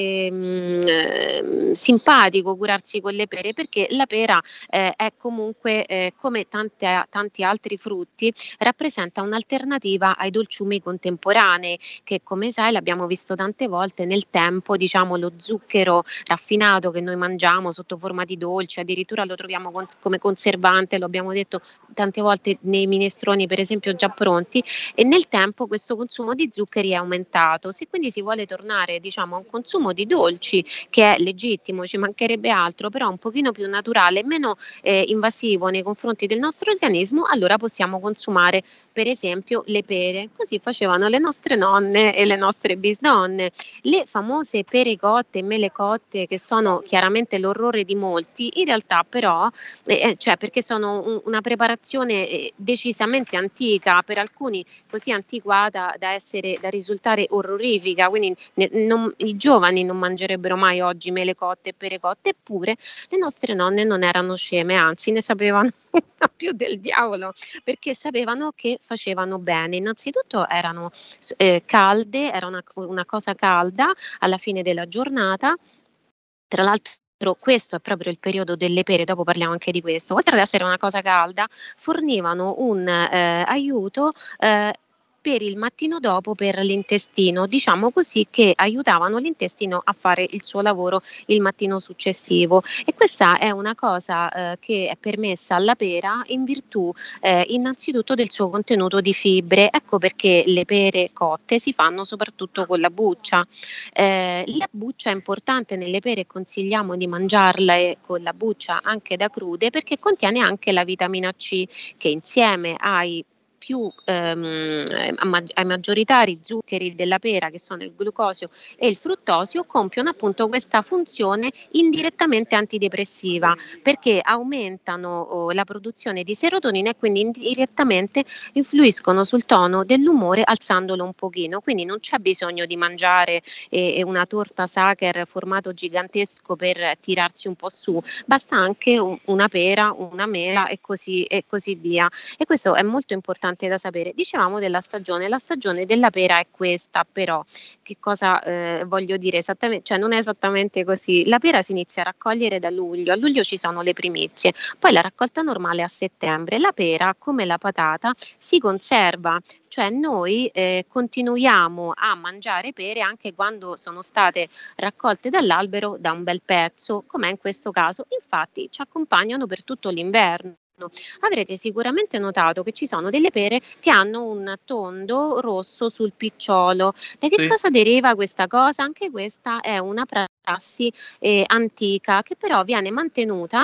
simpatico curarsi con le pere, perché la pera è comunque come tanti altri frutti, rappresenta un'alternativa ai dolciumi contemporanei, che come sai l'abbiamo visto tante volte nel tempo, lo zucchero raffinato che noi mangiamo sotto forma di dolce, addirittura lo troviamo come conservante, lo abbiamo detto tante volte nei minestroni per esempio già pronti, e nel tempo questo consumo di zucchero zuccheri è aumentato. Se quindi si vuole tornare, diciamo, a un consumo di dolci, che è legittimo, ci mancherebbe altro, però un pochino più naturale, meno invasivo nei confronti del nostro organismo, allora possiamo consumare per esempio le pere. Così facevano le nostre nonne e le nostre bisnonne. Le famose pere cotte e mele cotte, che sono chiaramente l'orrore di molti, in realtà però, cioè perché sono una preparazione decisamente antica, per alcuni così antiquata da risultare orrorifica, quindi i giovani non mangerebbero mai oggi mele cotte e pere cotte, eppure le nostre nonne non erano sceme, anzi ne sapevano più del diavolo, perché sapevano che facevano bene. Innanzitutto erano calde, era una cosa calda alla fine della giornata. Tra l'altro questo è proprio il periodo delle pere, dopo parliamo anche di questo. Oltre ad essere una cosa calda, fornivano un aiuto per il mattino dopo per l'intestino, diciamo così, che aiutavano l'intestino a fare il suo lavoro il mattino successivo. E questa è una cosa che è permessa alla pera in virtù innanzitutto del suo contenuto di fibre. Ecco perché le pere cotte si fanno soprattutto con la buccia. La buccia è importante nelle pere, consigliamo di mangiarla con la buccia anche da crude, perché contiene anche la vitamina C, che insieme ai ai maggioritari zuccheri della pera, che sono il glucosio e il fruttosio, compiono appunto questa funzione indirettamente antidepressiva, perché aumentano la produzione di serotonina e quindi indirettamente influiscono sul tono dell'umore, alzandolo un pochino. Quindi non c'è bisogno di mangiare una torta Sacher formato gigantesco per tirarsi un po' su, basta anche una pera, una mela e così via. E questo è molto importante da sapere. Dicevamo della stagione, la stagione della pera è questa, però che cosa voglio dire esattamente? Cioè non è esattamente così. La pera si inizia a raccogliere da luglio, a luglio ci sono le primizie, poi la raccolta normale a settembre. La pera, come la patata, si conserva, cioè noi continuiamo a mangiare pere anche quando sono state raccolte dall'albero da un bel pezzo, come in questo caso. Infatti ci accompagnano per tutto l'inverno. Avrete sicuramente notato che ci sono delle pere che hanno un tondo rosso sul picciolo. Da che cosa deriva questa cosa? Anche questa è una prassi antica, che però viene mantenuta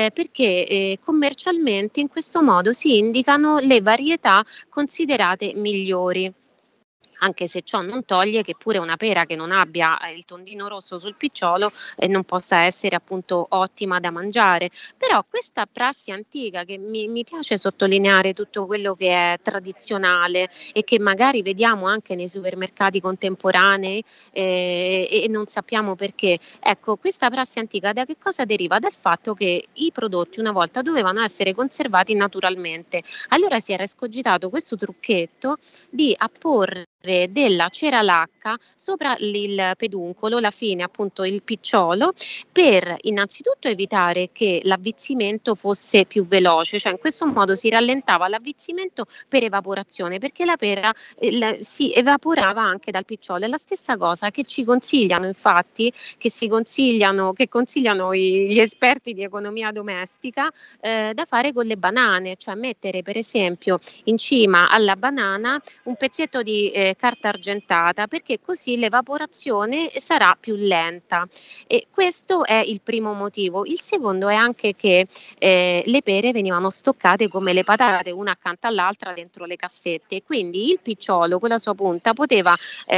perché commercialmente in questo modo si indicano le varietà considerate migliori. Anche se ciò non toglie che pure una pera che non abbia il tondino rosso sul picciolo non possa essere appunto ottima da mangiare. Però questa prassi antica, che mi piace sottolineare tutto quello che è tradizionale e che magari vediamo anche nei supermercati contemporanei e non sappiamo perché. Ecco, questa prassi antica da che cosa deriva? Dal fatto che i prodotti una volta dovevano essere conservati naturalmente. Allora si era escogitato questo trucchetto di apporre della cera lacca sopra il peduncolo, la fine appunto il picciolo, per innanzitutto evitare che l'avvizzimento fosse più veloce, cioè in questo modo si rallentava l'avvizzimento per evaporazione, perché la pera si evaporava anche dal picciolo. È la stessa cosa che ci consigliano, infatti, che consigliano gli esperti di economia domestica da fare con le banane, cioè mettere per esempio in cima alla banana un pezzetto di carta argentata, perché così l'evaporazione sarà più lenta. E questo è il primo motivo. Il secondo è anche che le pere venivano stoccate come le patate, una accanto all'altra dentro le cassette, quindi il picciolo con la sua punta poteva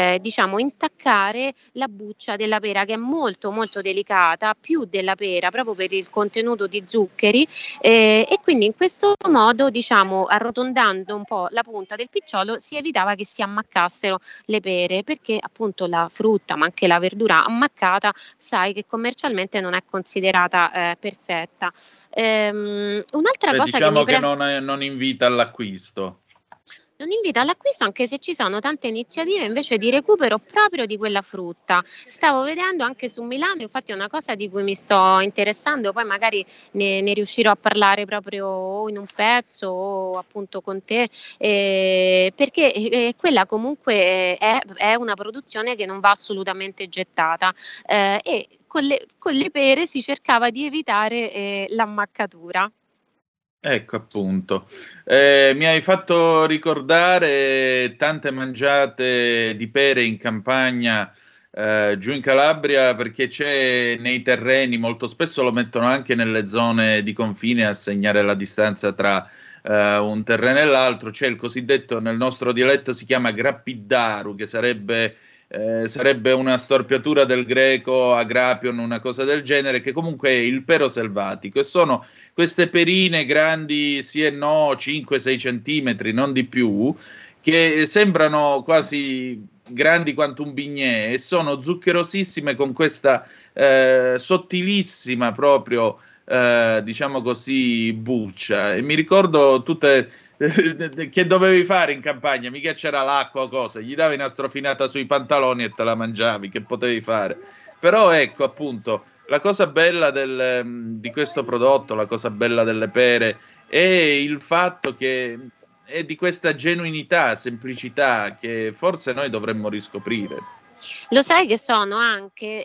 intaccare la buccia della pera, che è molto molto delicata, più della pera, proprio per il contenuto di zuccheri, e quindi in questo modo, arrotondando un po' la punta del picciolo, si evitava che si ammaccassero le pere, perché appunto la frutta, ma anche la verdura ammaccata, sai che commercialmente non è considerata perfetta. Un'altra cosa che non invita all'acquisto. Non invita all'acquisto, anche se ci sono tante iniziative invece di recupero proprio di quella frutta. Stavo vedendo anche su Milano, infatti è una cosa di cui mi sto interessando, poi magari ne riuscirò a parlare proprio in un pezzo o appunto con te, perché quella comunque è una produzione che non va assolutamente gettata, e con le pere si cercava di evitare l'ammaccatura. Ecco appunto, mi hai fatto ricordare tante mangiate di pere in campagna giù in Calabria, perché c'è nei terreni, molto spesso lo mettono anche nelle zone di confine a segnare la distanza tra un terreno e l'altro, c'è il cosiddetto, nel nostro dialetto si chiama grappiddaru, che sarebbe una storpiatura del greco agrapion, una cosa del genere, che comunque è il pero selvatico, e sono queste perine grandi sì e no 5-6 centimetri, non di più, che sembrano quasi grandi quanto un bignè e sono zuccherosissime, con questa sottilissima proprio diciamo così buccia. E mi ricordo tutte che dovevi fare in campagna, mica c'era l'acqua o cosa, gli davi una strofinata sui pantaloni e te la mangiavi, che potevi fare? Però ecco appunto, la cosa bella di questo prodotto, la cosa bella delle pere è il fatto che è di questa genuinità, semplicità, che forse noi dovremmo riscoprire. Lo sai che sono anche,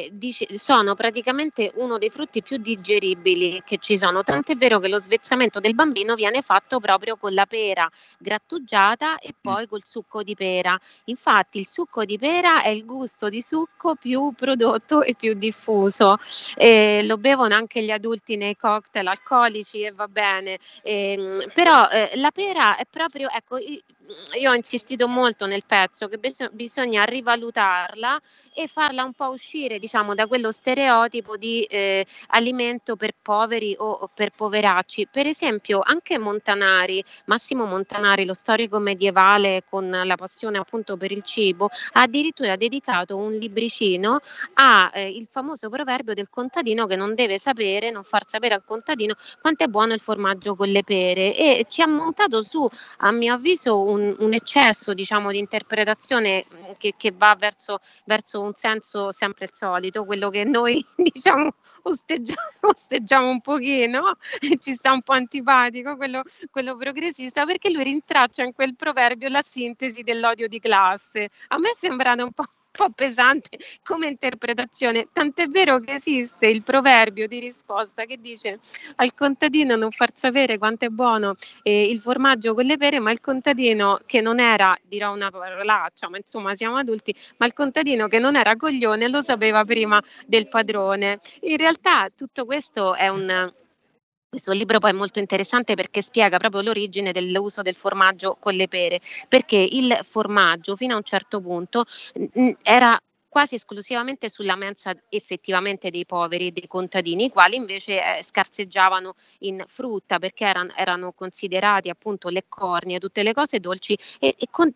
sono praticamente uno dei frutti più digeribili che ci sono, tant'è vero che lo svezzamento del bambino viene fatto proprio con la pera grattugiata e poi col succo di pera. Infatti il succo di pera è il gusto di succo più prodotto e più diffuso. Lo bevono anche gli adulti nei cocktail alcolici e va bene, però la pera è proprio, ecco, io ho insistito molto nel pezzo che bisogna rivalutarla e farla un po' uscire, diciamo, da quello stereotipo di alimento per poveri o per poveracci. Per esempio anche Montanari, Massimo Montanari, lo storico medievale con la passione appunto per il cibo, ha addirittura dedicato un libricino a il famoso proverbio del contadino che non deve sapere, non far sapere al contadino quanto è buono il formaggio con le pere, e ci ha montato su, a mio avviso, un eccesso, diciamo, di interpretazione che va verso un senso sempre il solito, quello che noi diciamo osteggiamo un pochino, e ci sta un po' antipatico, quello progressista, perché lui rintraccia in quel proverbio la sintesi dell'odio di classe. A me sembrano un po' pesante come interpretazione, tant'è vero che esiste il proverbio di risposta che dice al contadino non far sapere quanto è buono il formaggio con le pere, ma il contadino che non era, dirò una parolaccia, ma insomma siamo adulti, ma il contadino che non era coglione lo sapeva prima del padrone. In realtà tutto questo è questo libro poi è molto interessante perché spiega proprio l'origine dell'uso del formaggio con le pere, perché il formaggio fino a un certo punto era quasi esclusivamente sulla mensa effettivamente dei poveri, dei contadini, i quali invece scarseggiavano in frutta perché erano considerati appunto le cornie, tutte le cose dolci, e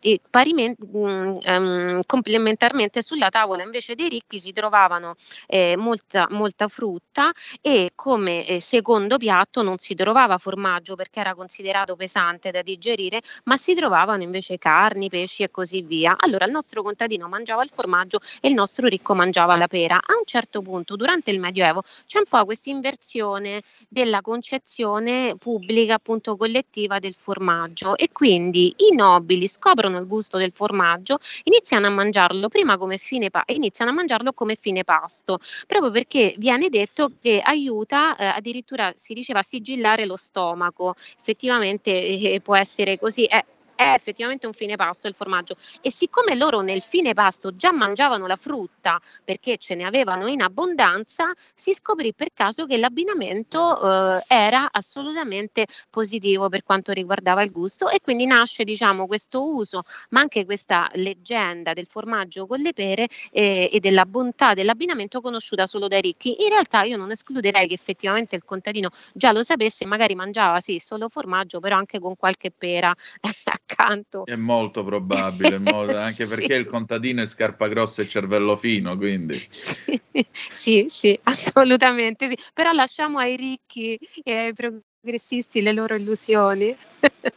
complementarmente sulla tavola invece dei ricchi si trovavano molta frutta, e come secondo piatto non si trovava formaggio perché era considerato pesante da digerire, ma si trovavano invece carni, pesci e così via. Allora il nostro contadino mangiava il formaggio e il nostro ricco mangiava la pera. A un certo punto, durante il Medioevo, c'è un po' questa inversione della concezione pubblica, appunto collettiva, del formaggio, e quindi i nobili scoprono il gusto del formaggio, iniziano a mangiarlo prima come iniziano a mangiarlo come fine pasto, proprio perché viene detto che aiuta, addirittura si diceva, a sigillare lo stomaco. Effettivamente può essere così. È effettivamente un fine pasto il formaggio, e siccome loro nel fine pasto già mangiavano la frutta perché ce ne avevano in abbondanza, si scoprì per caso che l'abbinamento era assolutamente positivo per quanto riguardava il gusto, e quindi nasce, diciamo, questo uso, ma anche questa leggenda del formaggio con le pere e della bontà dell'abbinamento conosciuta solo dai ricchi. In realtà io non escluderei che effettivamente il contadino già lo sapesse e magari mangiava sì solo formaggio, però anche con qualche pera accanto. È molto probabile, anche perché il contadino è scarpa grossa e cervello fino, quindi. Sì, assolutamente sì. Però lasciamo ai ricchi e ai progressisti le loro illusioni.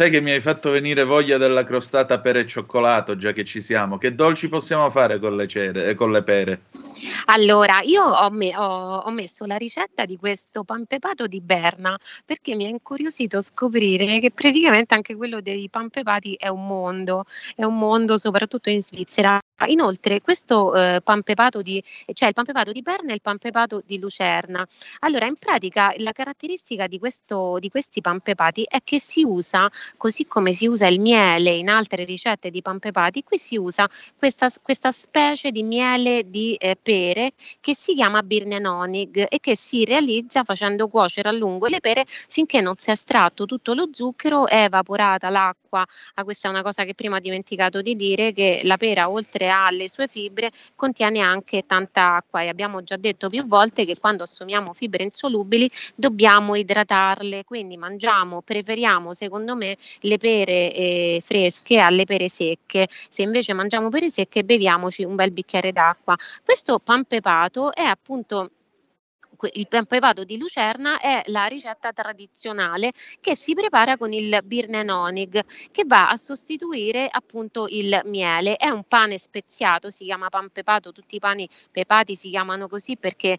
Sai che mi hai fatto venire voglia della crostata pere e cioccolato, già che ci siamo. Che dolci possiamo fare con le pere? Allora, io ho messo la ricetta di questo panpepato di Berna perché mi è incuriosito scoprire che praticamente anche quello dei panpepati è un mondo soprattutto in Svizzera. Inoltre questo panpepato cioè il panpepato di Berna e il panpepato di Lucerna. Allora, in pratica la caratteristica di questi panpepati è che si usa, così come si usa il miele in altre ricette di panpepati, qui si usa questa specie di miele di pere che si chiama Birnenhonig e che si realizza facendo cuocere a lungo le pere finché non si è estratto tutto lo zucchero, è evaporata l'acqua. Questa è una cosa che prima ho dimenticato di dire, che la pera oltre alle sue fibre contiene anche tanta acqua e abbiamo già detto più volte che quando assumiamo fibre insolubili dobbiamo idratarle, quindi preferiamo secondo me le pere fresche alle pere secche. Se invece mangiamo pere secche beviamoci un bel bicchiere d'acqua. Questo panpepato è appunto il panpepato di Lucerna, è la ricetta tradizionale che si prepara con il Birnenhonig, che va a sostituire appunto il miele. È un pane speziato, si chiama panpepato, tutti i pani pepati si chiamano così perché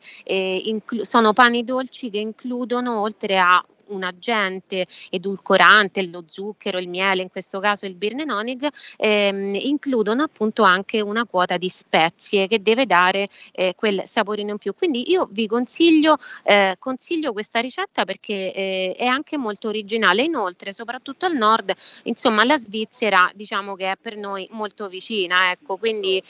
sono pani dolci che includono, oltre a un agente edulcorante, lo zucchero, il miele, in questo caso il Birnenhonig, includono appunto anche una quota di spezie che deve dare quel saporino in più. Quindi io vi consiglio questa ricetta perché è anche molto originale. Inoltre, soprattutto al nord, insomma, la Svizzera diciamo che è per noi molto vicina, ecco, quindi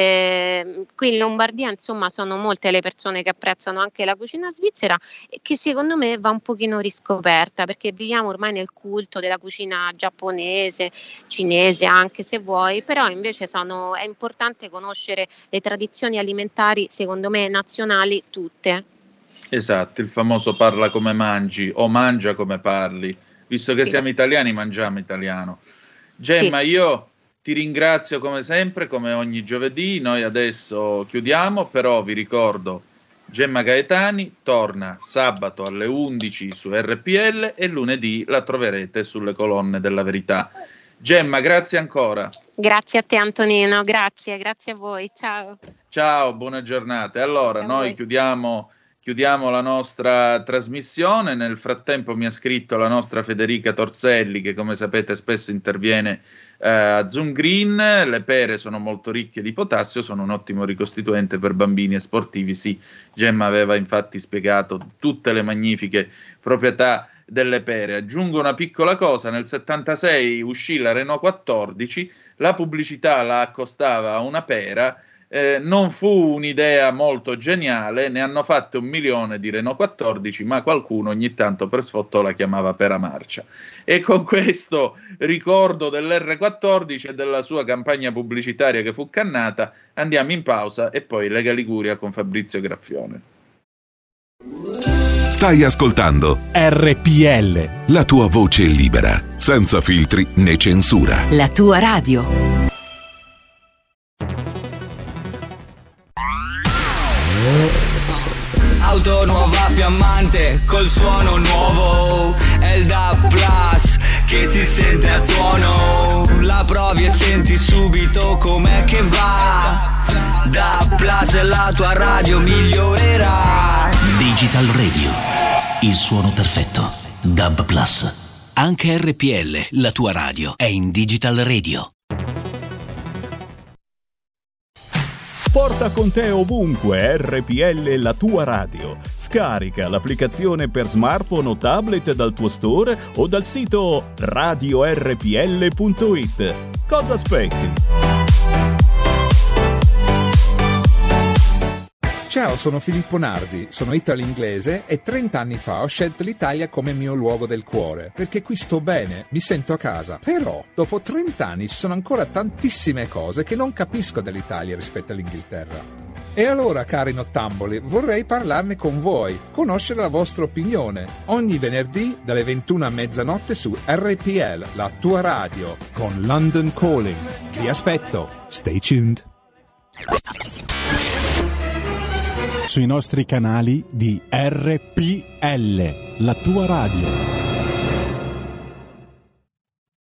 qui in Lombardia insomma sono molte le persone che apprezzano anche la cucina svizzera e che secondo me va un pochino riscoperta, perché viviamo ormai nel culto della cucina giapponese, cinese anche se vuoi, però invece è importante conoscere le tradizioni alimentari, secondo me nazionali, tutte. Esatto, il famoso parla come mangi o mangia come parli. Visto che siamo italiani, mangiamo italiano. Gemma, io ti ringrazio come sempre, come ogni giovedì. Noi adesso chiudiamo, però vi ricordo Gemma Gaetani torna sabato alle 11 su RPL e lunedì la troverete sulle colonne della Verità. Gemma, grazie ancora. Grazie a te Antonino, grazie a voi, ciao. Ciao, buona giornata. Allora, noi chiudiamo la nostra trasmissione. Nel frattempo mi ha scritto la nostra Federica Torselli, che come sapete spesso interviene a Zoom Green. Le pere sono molto ricche di potassio, sono un ottimo ricostituente per bambini e sportivi. Sì, Gemma aveva infatti spiegato tutte le magnifiche proprietà delle pere. Aggiungo una piccola cosa: nel 76 uscì la Renault 14, la pubblicità la accostava a una pera. Non fu un'idea molto geniale, ne hanno fatte 1 milione di Renault 14, ma qualcuno ogni tanto per sfottò la chiamava pera marcia. E con questo ricordo dell'R14 e della sua campagna pubblicitaria che fu cannata, andiamo in pausa e poi Lega Liguria con Fabrizio Graffione. Stai ascoltando RPL, la tua voce libera, senza filtri né censura. La tua radio. Auto nuova fiammante col suono nuovo, è il DAB Plus che si sente a tuono. La provi e senti subito com'è che va. DAB Plus è la tua radio migliorerà. Digital Radio, il suono perfetto. DAB Plus. Anche RPL, la tua radio, è in Digital Radio. Porta con te ovunque RPL, la tua radio. Scarica l'applicazione per smartphone o tablet dal tuo store o dal sito radiorpl.it. Cosa aspetti? Ciao, sono Filippo Nardi, sono italo-inglese e 30 anni fa ho scelto l'Italia come mio luogo del cuore, perché qui sto bene, mi sento a casa. Però, dopo 30 anni ci sono ancora tantissime cose che non capisco dell'Italia rispetto all'Inghilterra. E allora, cari nottamboli, vorrei parlarne con voi, conoscere la vostra opinione. Ogni venerdì dalle 21 a mezzanotte su RPL, la tua radio, con London Calling. Vi aspetto. Stay tuned. Sui nostri canali di RPL, la tua radio.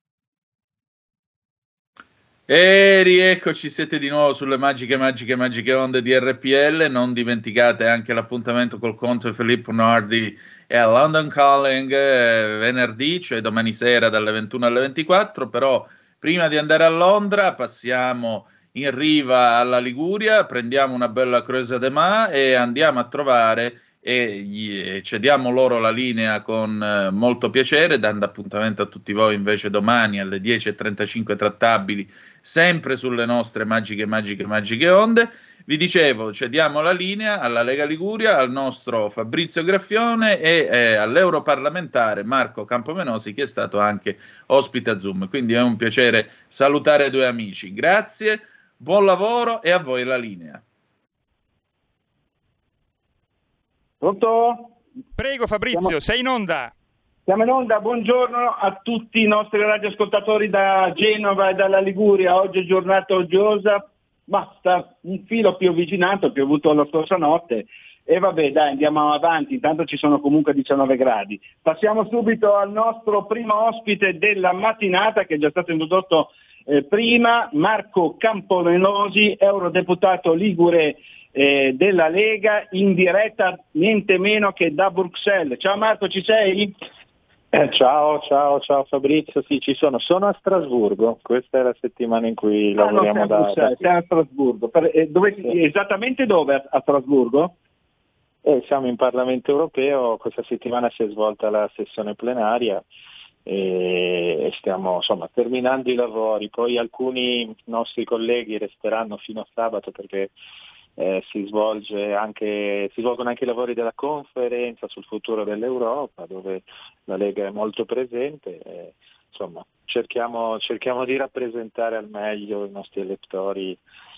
E rieccoci, siete di nuovo sulle magiche onde di RPL. Non dimenticate anche l'appuntamento col Conte Filippo Nardi e a London Calling venerdì, cioè domani sera dalle 21 alle 24. Però prima di andare a Londra passiamo in riva alla Liguria, prendiamo una bella Creuse de Mar e andiamo a trovare e cediamo loro la linea con molto piacere, dando appuntamento a tutti voi invece domani alle 10:35 trattabili, sempre sulle nostre magiche onde. Vi dicevo, cediamo la linea alla Lega Liguria, al nostro Fabrizio Graffione e all'europarlamentare Marco Campomenosi, che è stato anche ospite a Zoom. Quindi è un piacere salutare due amici. Grazie, buon lavoro e a voi la linea. Pronto? Prego Fabrizio, sei in onda. Siamo in onda, buongiorno a tutti i nostri radioascoltatori da Genova e dalla Liguria. Oggi è giornata oggiosa, ma sta un filo pioviginato, ha piovuto la scorsa notte e vabbè dai, andiamo avanti, intanto ci sono comunque 19 gradi. Passiamo subito al nostro primo ospite della mattinata, che è già stato introdotto prima, Marco Campomenosi, eurodeputato ligure della Lega, in diretta niente meno che da Bruxelles. Ciao Marco, ci sei? Ciao Fabrizio, sì ci sono a Strasburgo, questa è la settimana in cui lavoriamo sei a Strasburgo. Esattamente dove a Strasburgo? Siamo in Parlamento europeo, questa settimana si è svolta la sessione plenaria e stiamo terminando i lavori, poi alcuni nostri colleghi resteranno fino a sabato perché si svolgono anche i lavori della conferenza sul futuro dell'Europa, dove la Lega è molto presente. Cerchiamo di rappresentare al meglio i nostri elettori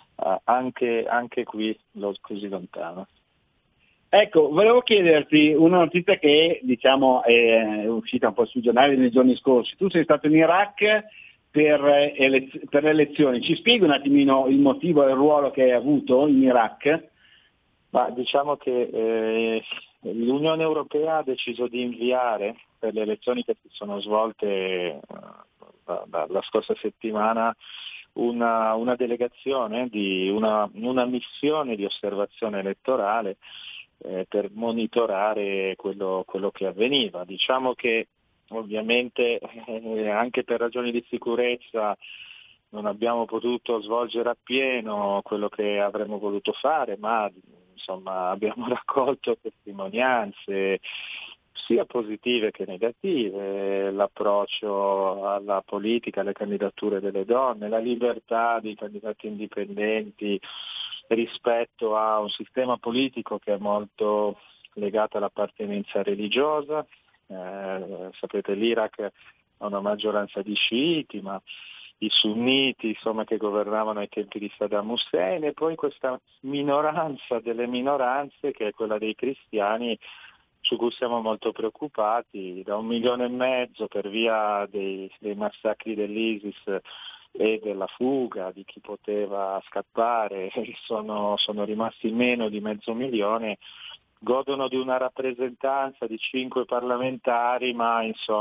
anche qui così lontano. Ecco, volevo chiederti una notizia che è uscita un po' sui giornali nei giorni scorsi. Tu sei stato in Iraq per le elezioni. Ci spieghi un attimino il motivo e il ruolo che hai avuto in Iraq? Ma diciamo che l'Unione Europea ha deciso di inviare per le elezioni che si sono svolte la scorsa settimana una delegazione una missione di osservazione elettorale per monitorare quello che avveniva. Diciamo che ovviamente anche per ragioni di sicurezza non abbiamo potuto svolgere appieno quello che avremmo voluto fare, ma abbiamo raccolto testimonianze sia positive che negative, l'approccio alla politica, alle candidature delle donne, la libertà dei candidati indipendenti rispetto a un sistema politico che è molto legato all'appartenenza religiosa. Sapete, l'Iraq ha una maggioranza di sciiti, ma i sunniti che governavano ai tempi di Saddam Hussein, e poi questa minoranza delle minoranze che è quella dei cristiani, su cui siamo molto preoccupati. Da 1,5 milioni per via dei massacri dell'ISIS e della fuga di chi poteva scappare, sono rimasti meno di 500.000, godono di una rappresentanza di 5 parlamentari, ma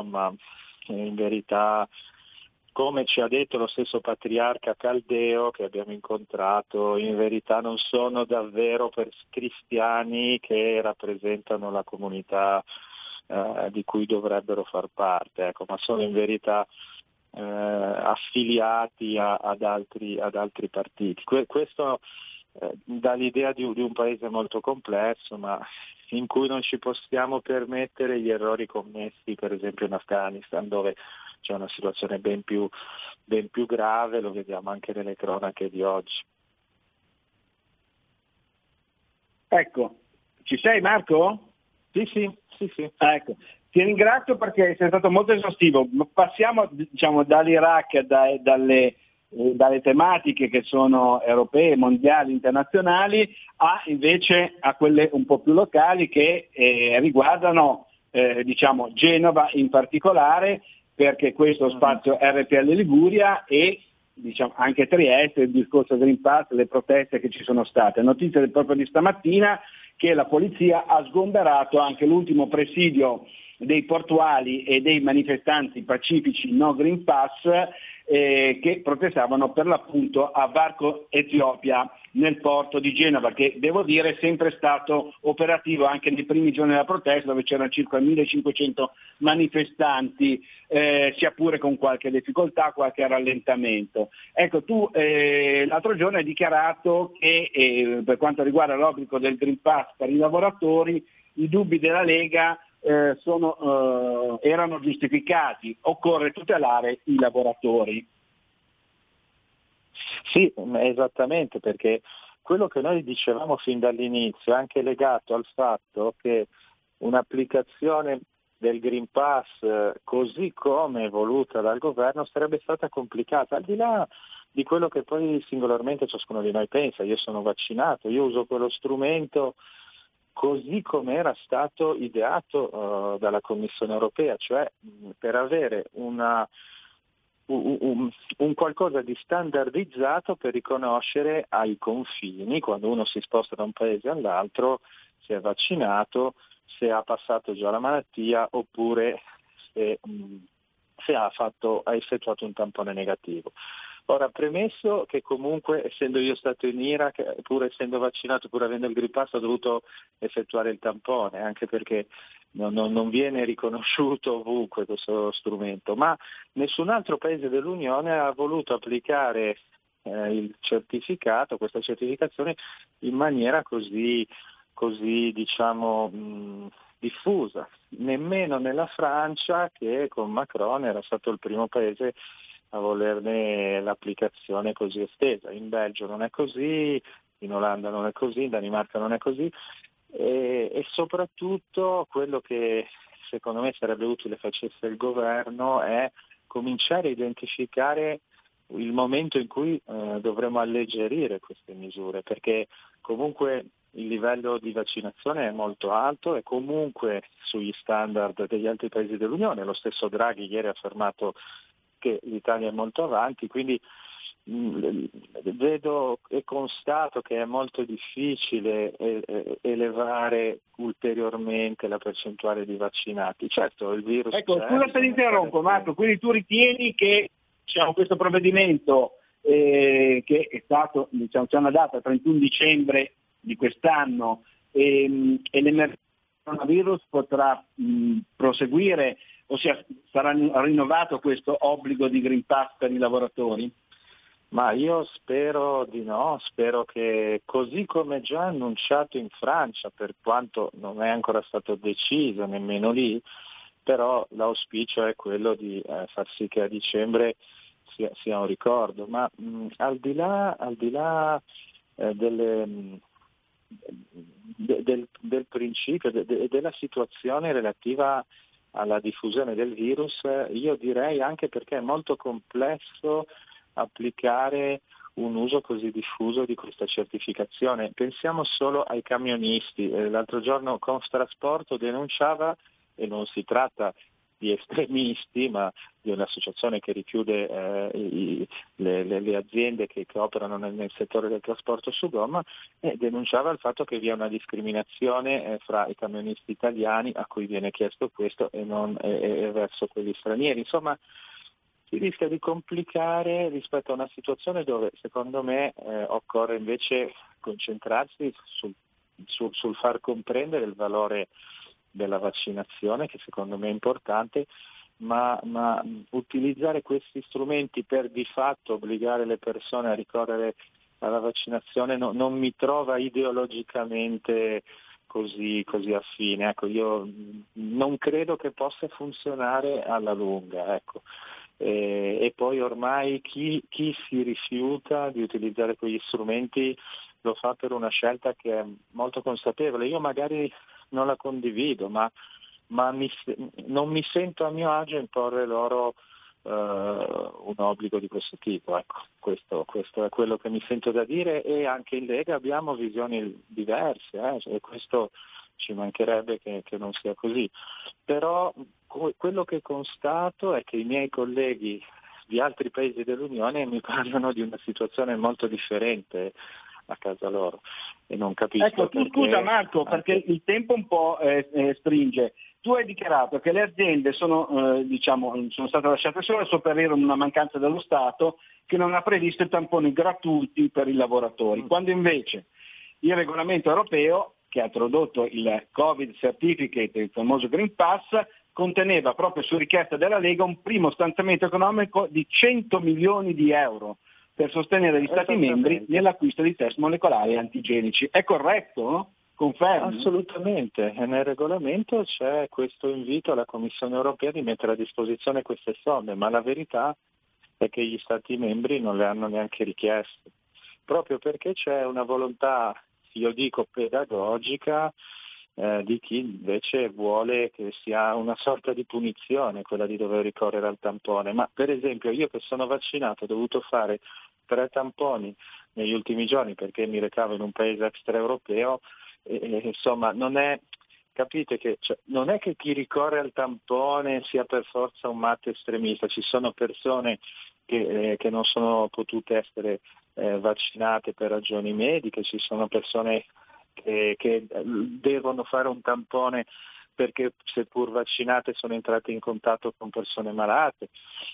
in verità, come ci ha detto lo stesso patriarca Caldeo che abbiamo incontrato, in verità non sono davvero cristiani che rappresentano la comunità di cui dovrebbero far parte, ma sono in verità affiliati ad altri partiti. Questo dà l'idea di un paese molto complesso, ma in cui non ci possiamo permettere gli errori commessi per esempio in Afghanistan, dove c'è una situazione ben più grave, lo vediamo anche nelle cronache di oggi. Ecco, ci sei Marco? Sì. Ecco, ti ringrazio perché sei stato molto esaustivo. Passiamo dall'Iraq, dalle tematiche che sono europee, mondiali, internazionali, invece a quelle un po' più locali che riguardano Genova in particolare, perché questo spazio RPL Liguria e anche Trieste, il discorso Green Pass, le proteste che ci sono state. Notizia proprio di stamattina che la polizia ha sgomberato anche l'ultimo presidio dei portuali e dei manifestanti pacifici no Green Pass che protestavano per l'appunto a Varco Etiopia nel porto di Genova, che devo dire è sempre stato operativo anche nei primi giorni della protesta, dove c'erano circa 1500 manifestanti, sia pure con qualche difficoltà, qualche rallentamento. Ecco, tu l'altro giorno hai dichiarato che per quanto riguarda l'obbligo del Green Pass per i lavoratori, i dubbi della Lega erano giustificati, occorre tutelare i lavoratori. Sì, esattamente, perché quello che noi dicevamo fin dall'inizio è anche legato al fatto che un'applicazione del Green Pass così come voluta dal governo sarebbe stata complicata, al di là di quello che poi singolarmente ciascuno di noi pensa. Io sono vaccinato, io uso quello strumento così come era stato ideato dalla Commissione europea, cioè per avere un qualcosa di standardizzato per riconoscere ai confini, quando uno si sposta da un paese all'altro, se è vaccinato, se ha passato già la malattia oppure se ha effettuato un tampone negativo. Ora, premesso che comunque, essendo io stato in Iraq, pur essendo vaccinato, pur avendo il Green Pass, ho dovuto effettuare il tampone, anche perché non viene riconosciuto ovunque questo strumento, ma nessun altro paese dell'Unione ha voluto applicare il certificato, questa certificazione, in maniera così diciamo diffusa. Nemmeno nella Francia, che con Macron era stato il primo paese a volerne l'applicazione così estesa. In Belgio non è così, in Olanda non è così, in Danimarca non è così, e soprattutto quello che secondo me sarebbe utile facesse il governo è cominciare a identificare il momento in cui dovremo alleggerire queste misure, perché comunque il livello di vaccinazione è molto alto e comunque sugli standard degli altri paesi dell'Unione. Lo stesso Draghi ieri ha affermato che l'Italia è molto avanti, quindi vedo e constato che è molto difficile elevare ulteriormente la percentuale di vaccinati. Certo, il virus... Ecco, scusa se ti interrompo, Marco, quindi tu ritieni che questo provvedimento che è stato, c'è una data, 31 dicembre di quest'anno, e l'emergenza coronavirus potrà proseguire, ossia sarà rinnovato questo obbligo di Green Pass per i lavoratori? Ma io spero di no, spero che così come già annunciato in Francia, per quanto non è ancora stato deciso nemmeno lì, però l'auspicio è quello di far sì che a dicembre sia un ricordo, ma al di là del principio, della situazione relativa alla diffusione del virus, io direi anche perché è molto complesso applicare un uso così diffuso di questa certificazione. Pensiamo solo ai camionisti. L'altro giorno Conftrasporto denunciava, e non si tratta di estremisti, ma di un'associazione che richiude le aziende che operano nel settore del trasporto su gomma, denunciava il fatto che vi è una discriminazione fra i camionisti italiani a cui viene chiesto questo e non verso quelli stranieri. Insomma, si rischia di complicare rispetto a una situazione dove secondo me occorre invece concentrarsi sul far comprendere il valore della vaccinazione, che secondo me è importante, ma utilizzare questi strumenti per di fatto obbligare le persone a ricorrere alla vaccinazione non mi trova ideologicamente così affine. Ecco, io non credo che possa funzionare alla lunga. Ecco. E poi ormai chi si rifiuta di utilizzare quegli strumenti lo fa per una scelta che è molto consapevole. Io magari non la condivido, ma non mi sento a mio agio imporre loro un obbligo di questo tipo. Ecco, questo è quello che mi sento da dire, e anche in Lega abbiamo visioni diverse, e questo ci mancherebbe che non sia così. Però quello che constato è che i miei colleghi di altri paesi dell'Unione mi parlano di una situazione molto differente a casa loro, e non capisco. Ecco, tu scusa Marco, perché il tempo un po' stringe. Tu hai dichiarato che le aziende sono state lasciate sole, sopperire una mancanza dello Stato che non ha previsto i tamponi gratuiti per i lavoratori, quando invece il regolamento europeo, che ha introdotto il Covid Certificate, il famoso Green Pass, conteneva proprio su richiesta della Lega un primo stanziamento economico di 100 milioni di euro per sostenere gli Stati membri nell'acquisto di test molecolari antigenici. È corretto? Confermi? Assolutamente, e nel regolamento c'è questo invito alla Commissione europea di mettere a disposizione queste somme, ma la verità è che gli Stati membri non le hanno neanche richieste, proprio perché c'è una volontà, io dico pedagogica, di chi invece vuole che sia una sorta di punizione quella di dover ricorrere al tampone. Ma per esempio io che sono vaccinato ho dovuto fare 3 tamponi negli ultimi giorni perché mi recavo in un paese extraeuropeo. Insomma, non è, capite che non è che chi ricorre al tampone sia per forza un matto estremista, ci sono persone che non sono potute essere vaccinate per ragioni mediche, ci sono persone che devono fare un tampone perché seppur vaccinate sono entrate in contatto con persone malate.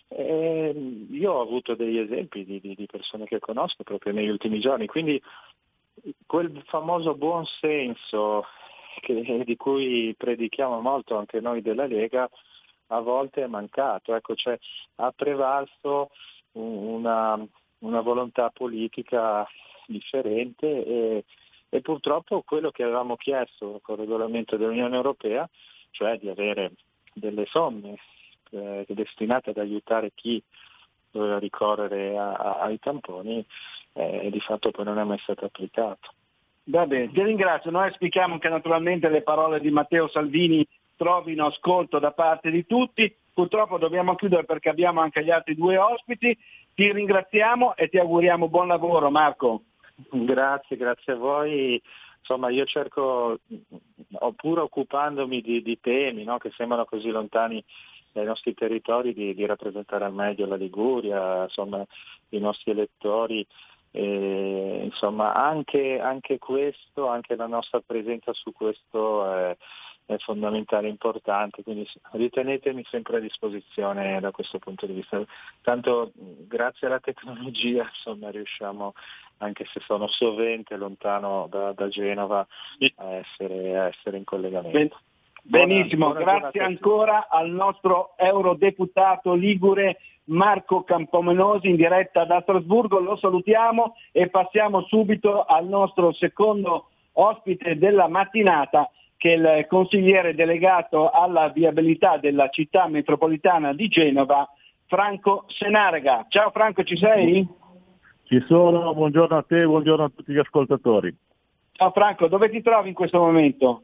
Io ho avuto degli esempi di persone che conosco proprio negli ultimi giorni, quindi quel famoso buon senso di cui predichiamo molto anche noi della Lega a volte è mancato, ecco, cioè ha prevalso una volontà politica differente e purtroppo quello che avevamo chiesto con il regolamento dell'Unione Europea, cioè di avere delle somme destinate ad aiutare chi doveva ricorrere ai tamponi, di fatto poi non è mai stato applicato. Va bene, ti ringrazio. Noi auspichiamo che naturalmente le parole di Matteo Salvini trovino ascolto da parte di tutti. Purtroppo dobbiamo chiudere perché abbiamo anche gli altri 2 ospiti. Ti ringraziamo e ti auguriamo buon lavoro, Marco. Grazie a voi. Insomma, io cerco, oppure occupandomi di temi, no, che sembrano così lontani dai nostri territori, di rappresentare al meglio la Liguria, insomma, i nostri elettori. Insomma, anche questo, anche la nostra presenza su questo è fondamentale, importante, quindi ritenetemi sempre a disposizione da questo punto di vista. Tanto grazie alla tecnologia, insomma, riusciamo, anche se sono sovente lontano da Genova, a essere in collegamento. Benissimo, grazie ancora al nostro eurodeputato ligure Marco Campomenosi in diretta da Strasburgo, lo salutiamo e passiamo subito al nostro secondo ospite della mattinata, che è il consigliere delegato alla viabilità della città metropolitana di Genova, Franco Senarga. Ciao Franco, ci sei? Ci sono, buongiorno a te, buongiorno a tutti gli ascoltatori. Ciao Franco, dove ti trovi in questo momento?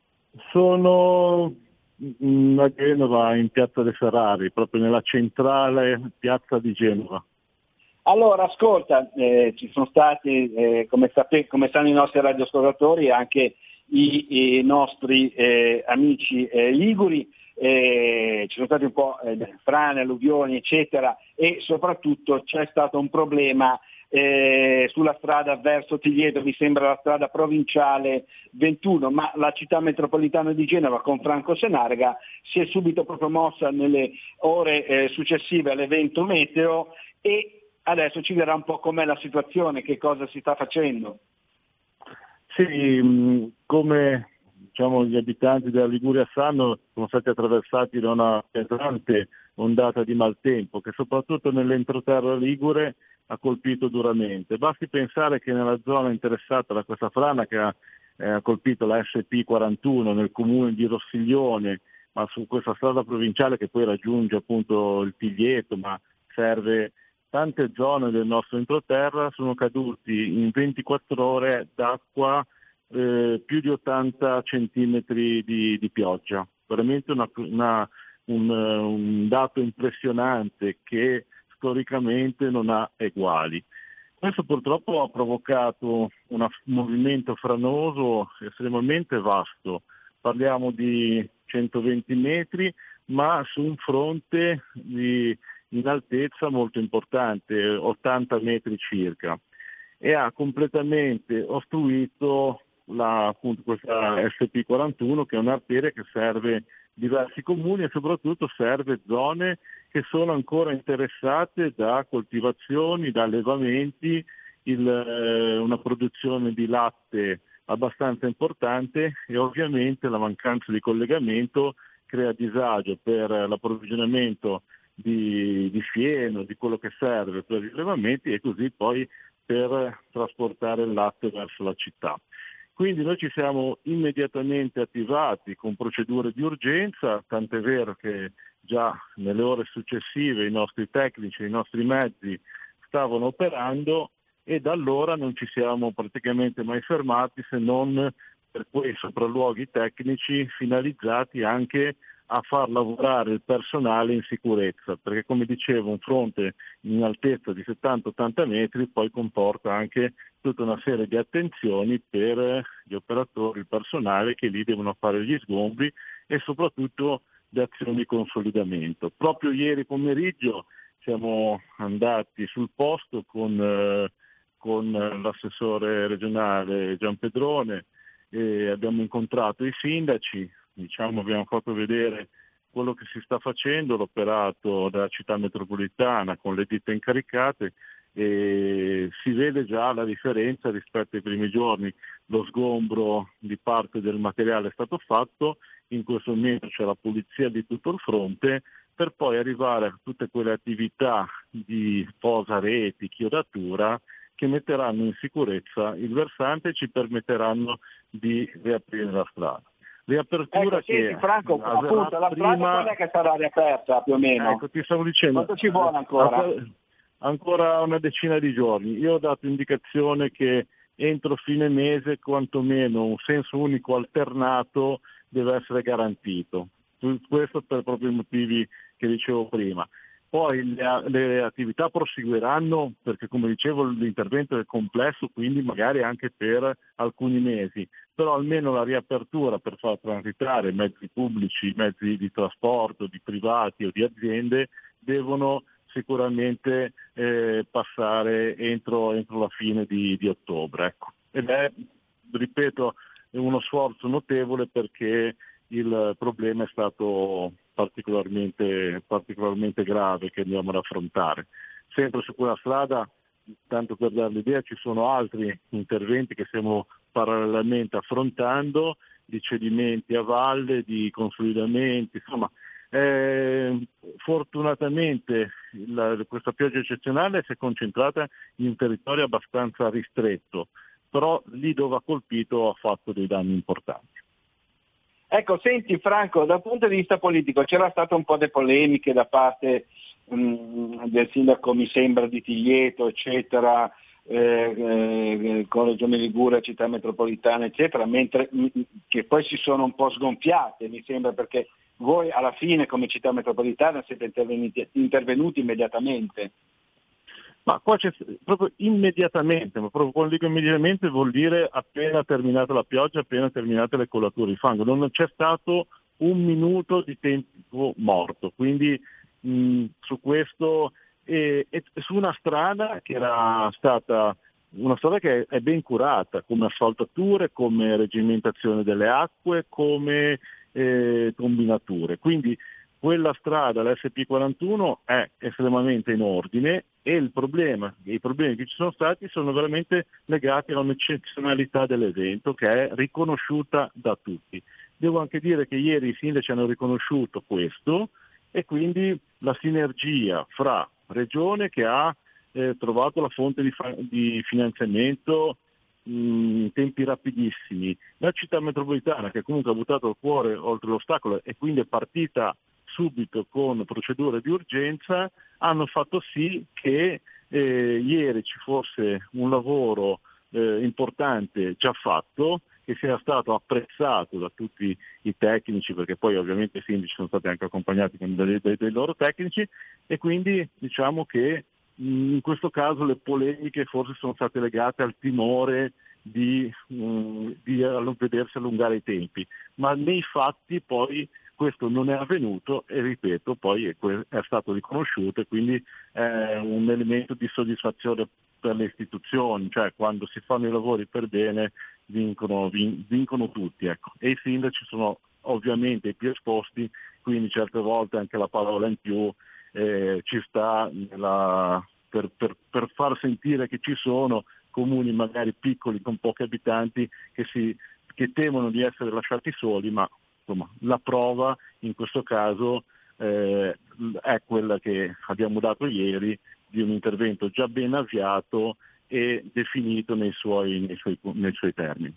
Sono a Genova, in Piazza dei Ferrari, proprio nella centrale piazza di Genova. Allora, ascolta, ci sono stati, come sanno i nostri radioascoltatori, anche i nostri amici liguri, ci sono stati un po' frane, alluvioni, eccetera, e soprattutto c'è stato un problema sulla strada verso Tiglieto, mi sembra la strada provinciale 21, ma la città metropolitana di Genova con Franco Senarga si è subito proprio mossa nelle ore successive all'evento meteo e adesso ci dirà un po' com'è la situazione, che cosa si sta facendo. Sì, come gli abitanti della Liguria sanno, sono stati attraversati da una pesante ondata di maltempo che soprattutto nell'entroterra ligure ha colpito duramente. Basti pensare che nella zona interessata da questa frana, che ha colpito la SP41 nel comune di Rossiglione, ma su questa strada provinciale che poi raggiunge appunto il Tiglieto, ma serve tante zone del nostro entroterra, sono caduti in 24 ore d'acqua più di 80 centimetri di pioggia. Veramente un dato impressionante che storicamente non ha eguali. Questo purtroppo ha provocato un movimento franoso estremamente vasto. Parliamo di 120 metri, ma su un fronte in altezza molto importante, 80 metri circa, e ha completamente ostruito appunto questa SP41, che è un'arteria che serve diversi comuni e soprattutto serve zone che sono ancora interessate da coltivazioni, da allevamenti, una produzione di latte abbastanza importante e ovviamente la mancanza di collegamento crea disagio per l'approvvigionamento di fieno, di quello che serve per gli allevamenti e così poi per trasportare il latte verso la città. Quindi noi ci siamo immediatamente attivati con procedure di urgenza, tant'è vero che già nelle ore successive i nostri tecnici, i nostri mezzi stavano operando e da allora non ci siamo praticamente mai fermati se non per quei sopralluoghi tecnici finalizzati anche a far lavorare il personale in sicurezza, perché come dicevo un fronte in altezza di 70-80 metri poi comporta anche tutta una serie di attenzioni per gli operatori, il personale che lì devono fare gli sgombri e soprattutto le azioni di consolidamento. Proprio ieri pomeriggio siamo andati sul posto con l'assessore regionale Gianpedrone e abbiamo incontrato i sindaci, abbiamo fatto vedere quello che si sta facendo, l'operato della città metropolitana con le ditte incaricate e si vede già la differenza rispetto ai primi giorni. Lo sgombro di parte del materiale è stato fatto, in questo momento c'è la pulizia di tutto il fronte per poi arrivare a tutte quelle attività di posa reti, chiodatura che metteranno in sicurezza il versante e ci permetteranno di riaprire la strada. Riapertura che Franco, appunto, la strada quando è che sarà riaperta più o meno? Ecco, ti stavo dicendo. Quanto ci vuole ancora? Ancora una decina di giorni. Io ho dato indicazione che entro fine mese quantomeno un senso unico alternato deve essere garantito. Questo per proprio i motivi che dicevo prima. Poi le attività proseguiranno perché, come dicevo, l'intervento è complesso, quindi magari anche per alcuni mesi, però almeno la riapertura per far transitare mezzi pubblici, mezzi di trasporto, di privati o di aziende devono sicuramente passare entro la fine di ottobre. Ecco. Ed è, ripeto, uno sforzo notevole perché il problema è stato particolarmente grave che andiamo ad affrontare. Sempre su quella strada, tanto per dare l'idea, ci sono altri interventi che stiamo parallelamente affrontando, di cedimenti a valle, di consolidamenti, insomma. Fortunatamente questa pioggia eccezionale si è concentrata in un territorio abbastanza ristretto, però lì dove ha colpito ha fatto dei danni importanti. Ecco, senti Franco, dal punto di vista politico c'era stato un po' di polemiche da parte del sindaco, mi sembra, di Tiglieto, eccetera, con Regione Liguria, città metropolitana, eccetera, mentre che poi si sono un po' sgonfiate, mi sembra, perché voi alla fine come città metropolitana siete intervenuti immediatamente. Ma qua c'è proprio immediatamente, ma proprio quando dico immediatamente vuol dire appena terminata la pioggia, appena terminate le colature di fango. Non c'è stato un minuto di tempo morto, quindi su questo e su una strada che era stata una strada che è ben curata, come asfaltature, come reggimentazione delle acque, come combinature. Quindi quella strada, l'SP41, è estremamente in ordine e i problemi che ci sono stati sono veramente legati a un'eccezionalità dell'evento che è riconosciuta da tutti. Devo anche dire che ieri i sindaci hanno riconosciuto questo e quindi la sinergia fra Regione che ha trovato la fonte di finanziamento in tempi rapidissimi, la città metropolitana che comunque ha buttato il cuore oltre l'ostacolo e quindi è partita subito con procedure di urgenza, hanno fatto sì che ieri ci fosse un lavoro importante già fatto, che sia stato apprezzato da tutti i tecnici, perché poi ovviamente i sindaci sono stati anche accompagnati dai loro tecnici e quindi diciamo che in questo caso le polemiche forse sono state legate al timore di vedersi allungare i tempi, ma nei fatti poi questo non è avvenuto e ripeto poi è stato riconosciuto e quindi è un elemento di soddisfazione per le istituzioni, cioè quando si fanno i lavori per bene vincono tutti, ecco. E i sindaci sono ovviamente i più esposti, quindi certe volte anche la parola in più ci sta per far sentire che ci sono comuni magari piccoli con pochi abitanti che temono di essere lasciati soli, ma insomma la prova in questo caso è quella che abbiamo dato ieri, di un intervento già ben avviato e definito nei suoi termini.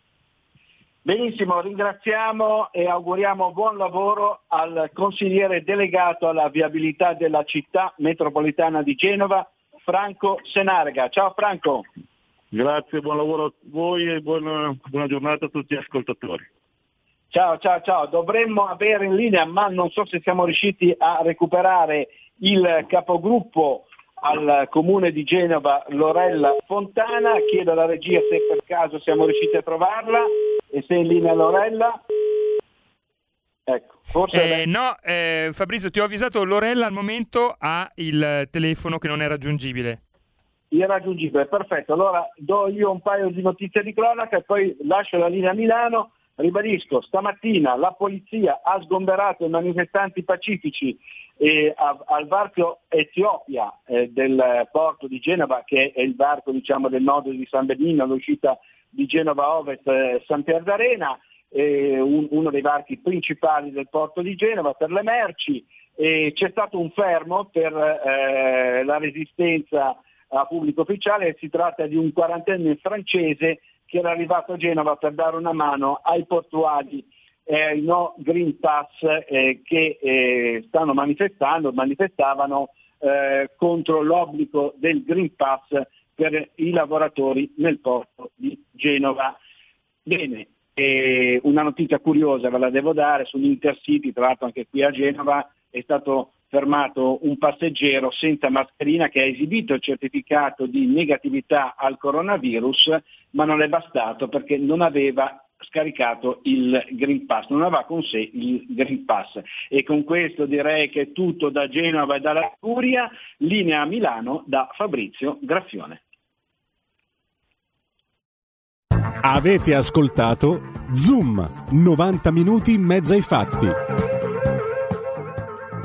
Benissimo, ringraziamo e auguriamo buon lavoro al consigliere delegato alla viabilità della città metropolitana di Genova, Franco Senarga. Ciao Franco. Grazie, buon lavoro a voi e buona giornata a tutti gli ascoltatori. Ciao. Dovremmo avere in linea, ma non so se siamo riusciti a recuperare il capogruppo al comune di Genova, Lorella Fontana. Chiedo alla regia se per caso siamo riusciti a trovarla e se è in linea Lorella. Ecco, forse no, Fabrizio, ti ho avvisato, Lorella al momento ha il telefono che non è raggiungibile. Irraggiungibile, perfetto. Allora do io un paio di notizie di cronaca e poi lascio la linea a Milano. Ribadisco, stamattina la polizia ha sgomberato i manifestanti pacifici al varco Etiopia del porto di Genova, che è il varco del nodo di San Benigno, all'uscita di Genova Ovest San Pier d'Arena, uno dei varchi principali del porto di Genova per le merci. C'è stato un fermo per la resistenza a pubblico ufficiale. Si tratta di un 40enne francese che era arrivato a Genova per dare una mano ai portuali no Green Pass che manifestavano contro l'obbligo del Green Pass per i lavoratori nel porto di Genova. Bene, una notizia curiosa ve la devo dare sull'Intercity, tra l'altro anche qui a Genova è stato fermato un passeggero senza mascherina che ha esibito il certificato di negatività al coronavirus, ma non è bastato perché non aveva scaricato il Green Pass, non aveva con sé il Green Pass. E con questo direi che è tutto da Genova e dalla Liguria. Linea a Milano da Fabrizio Graffione. Avete ascoltato Zoom, 90 minuti in mezzo ai fatti.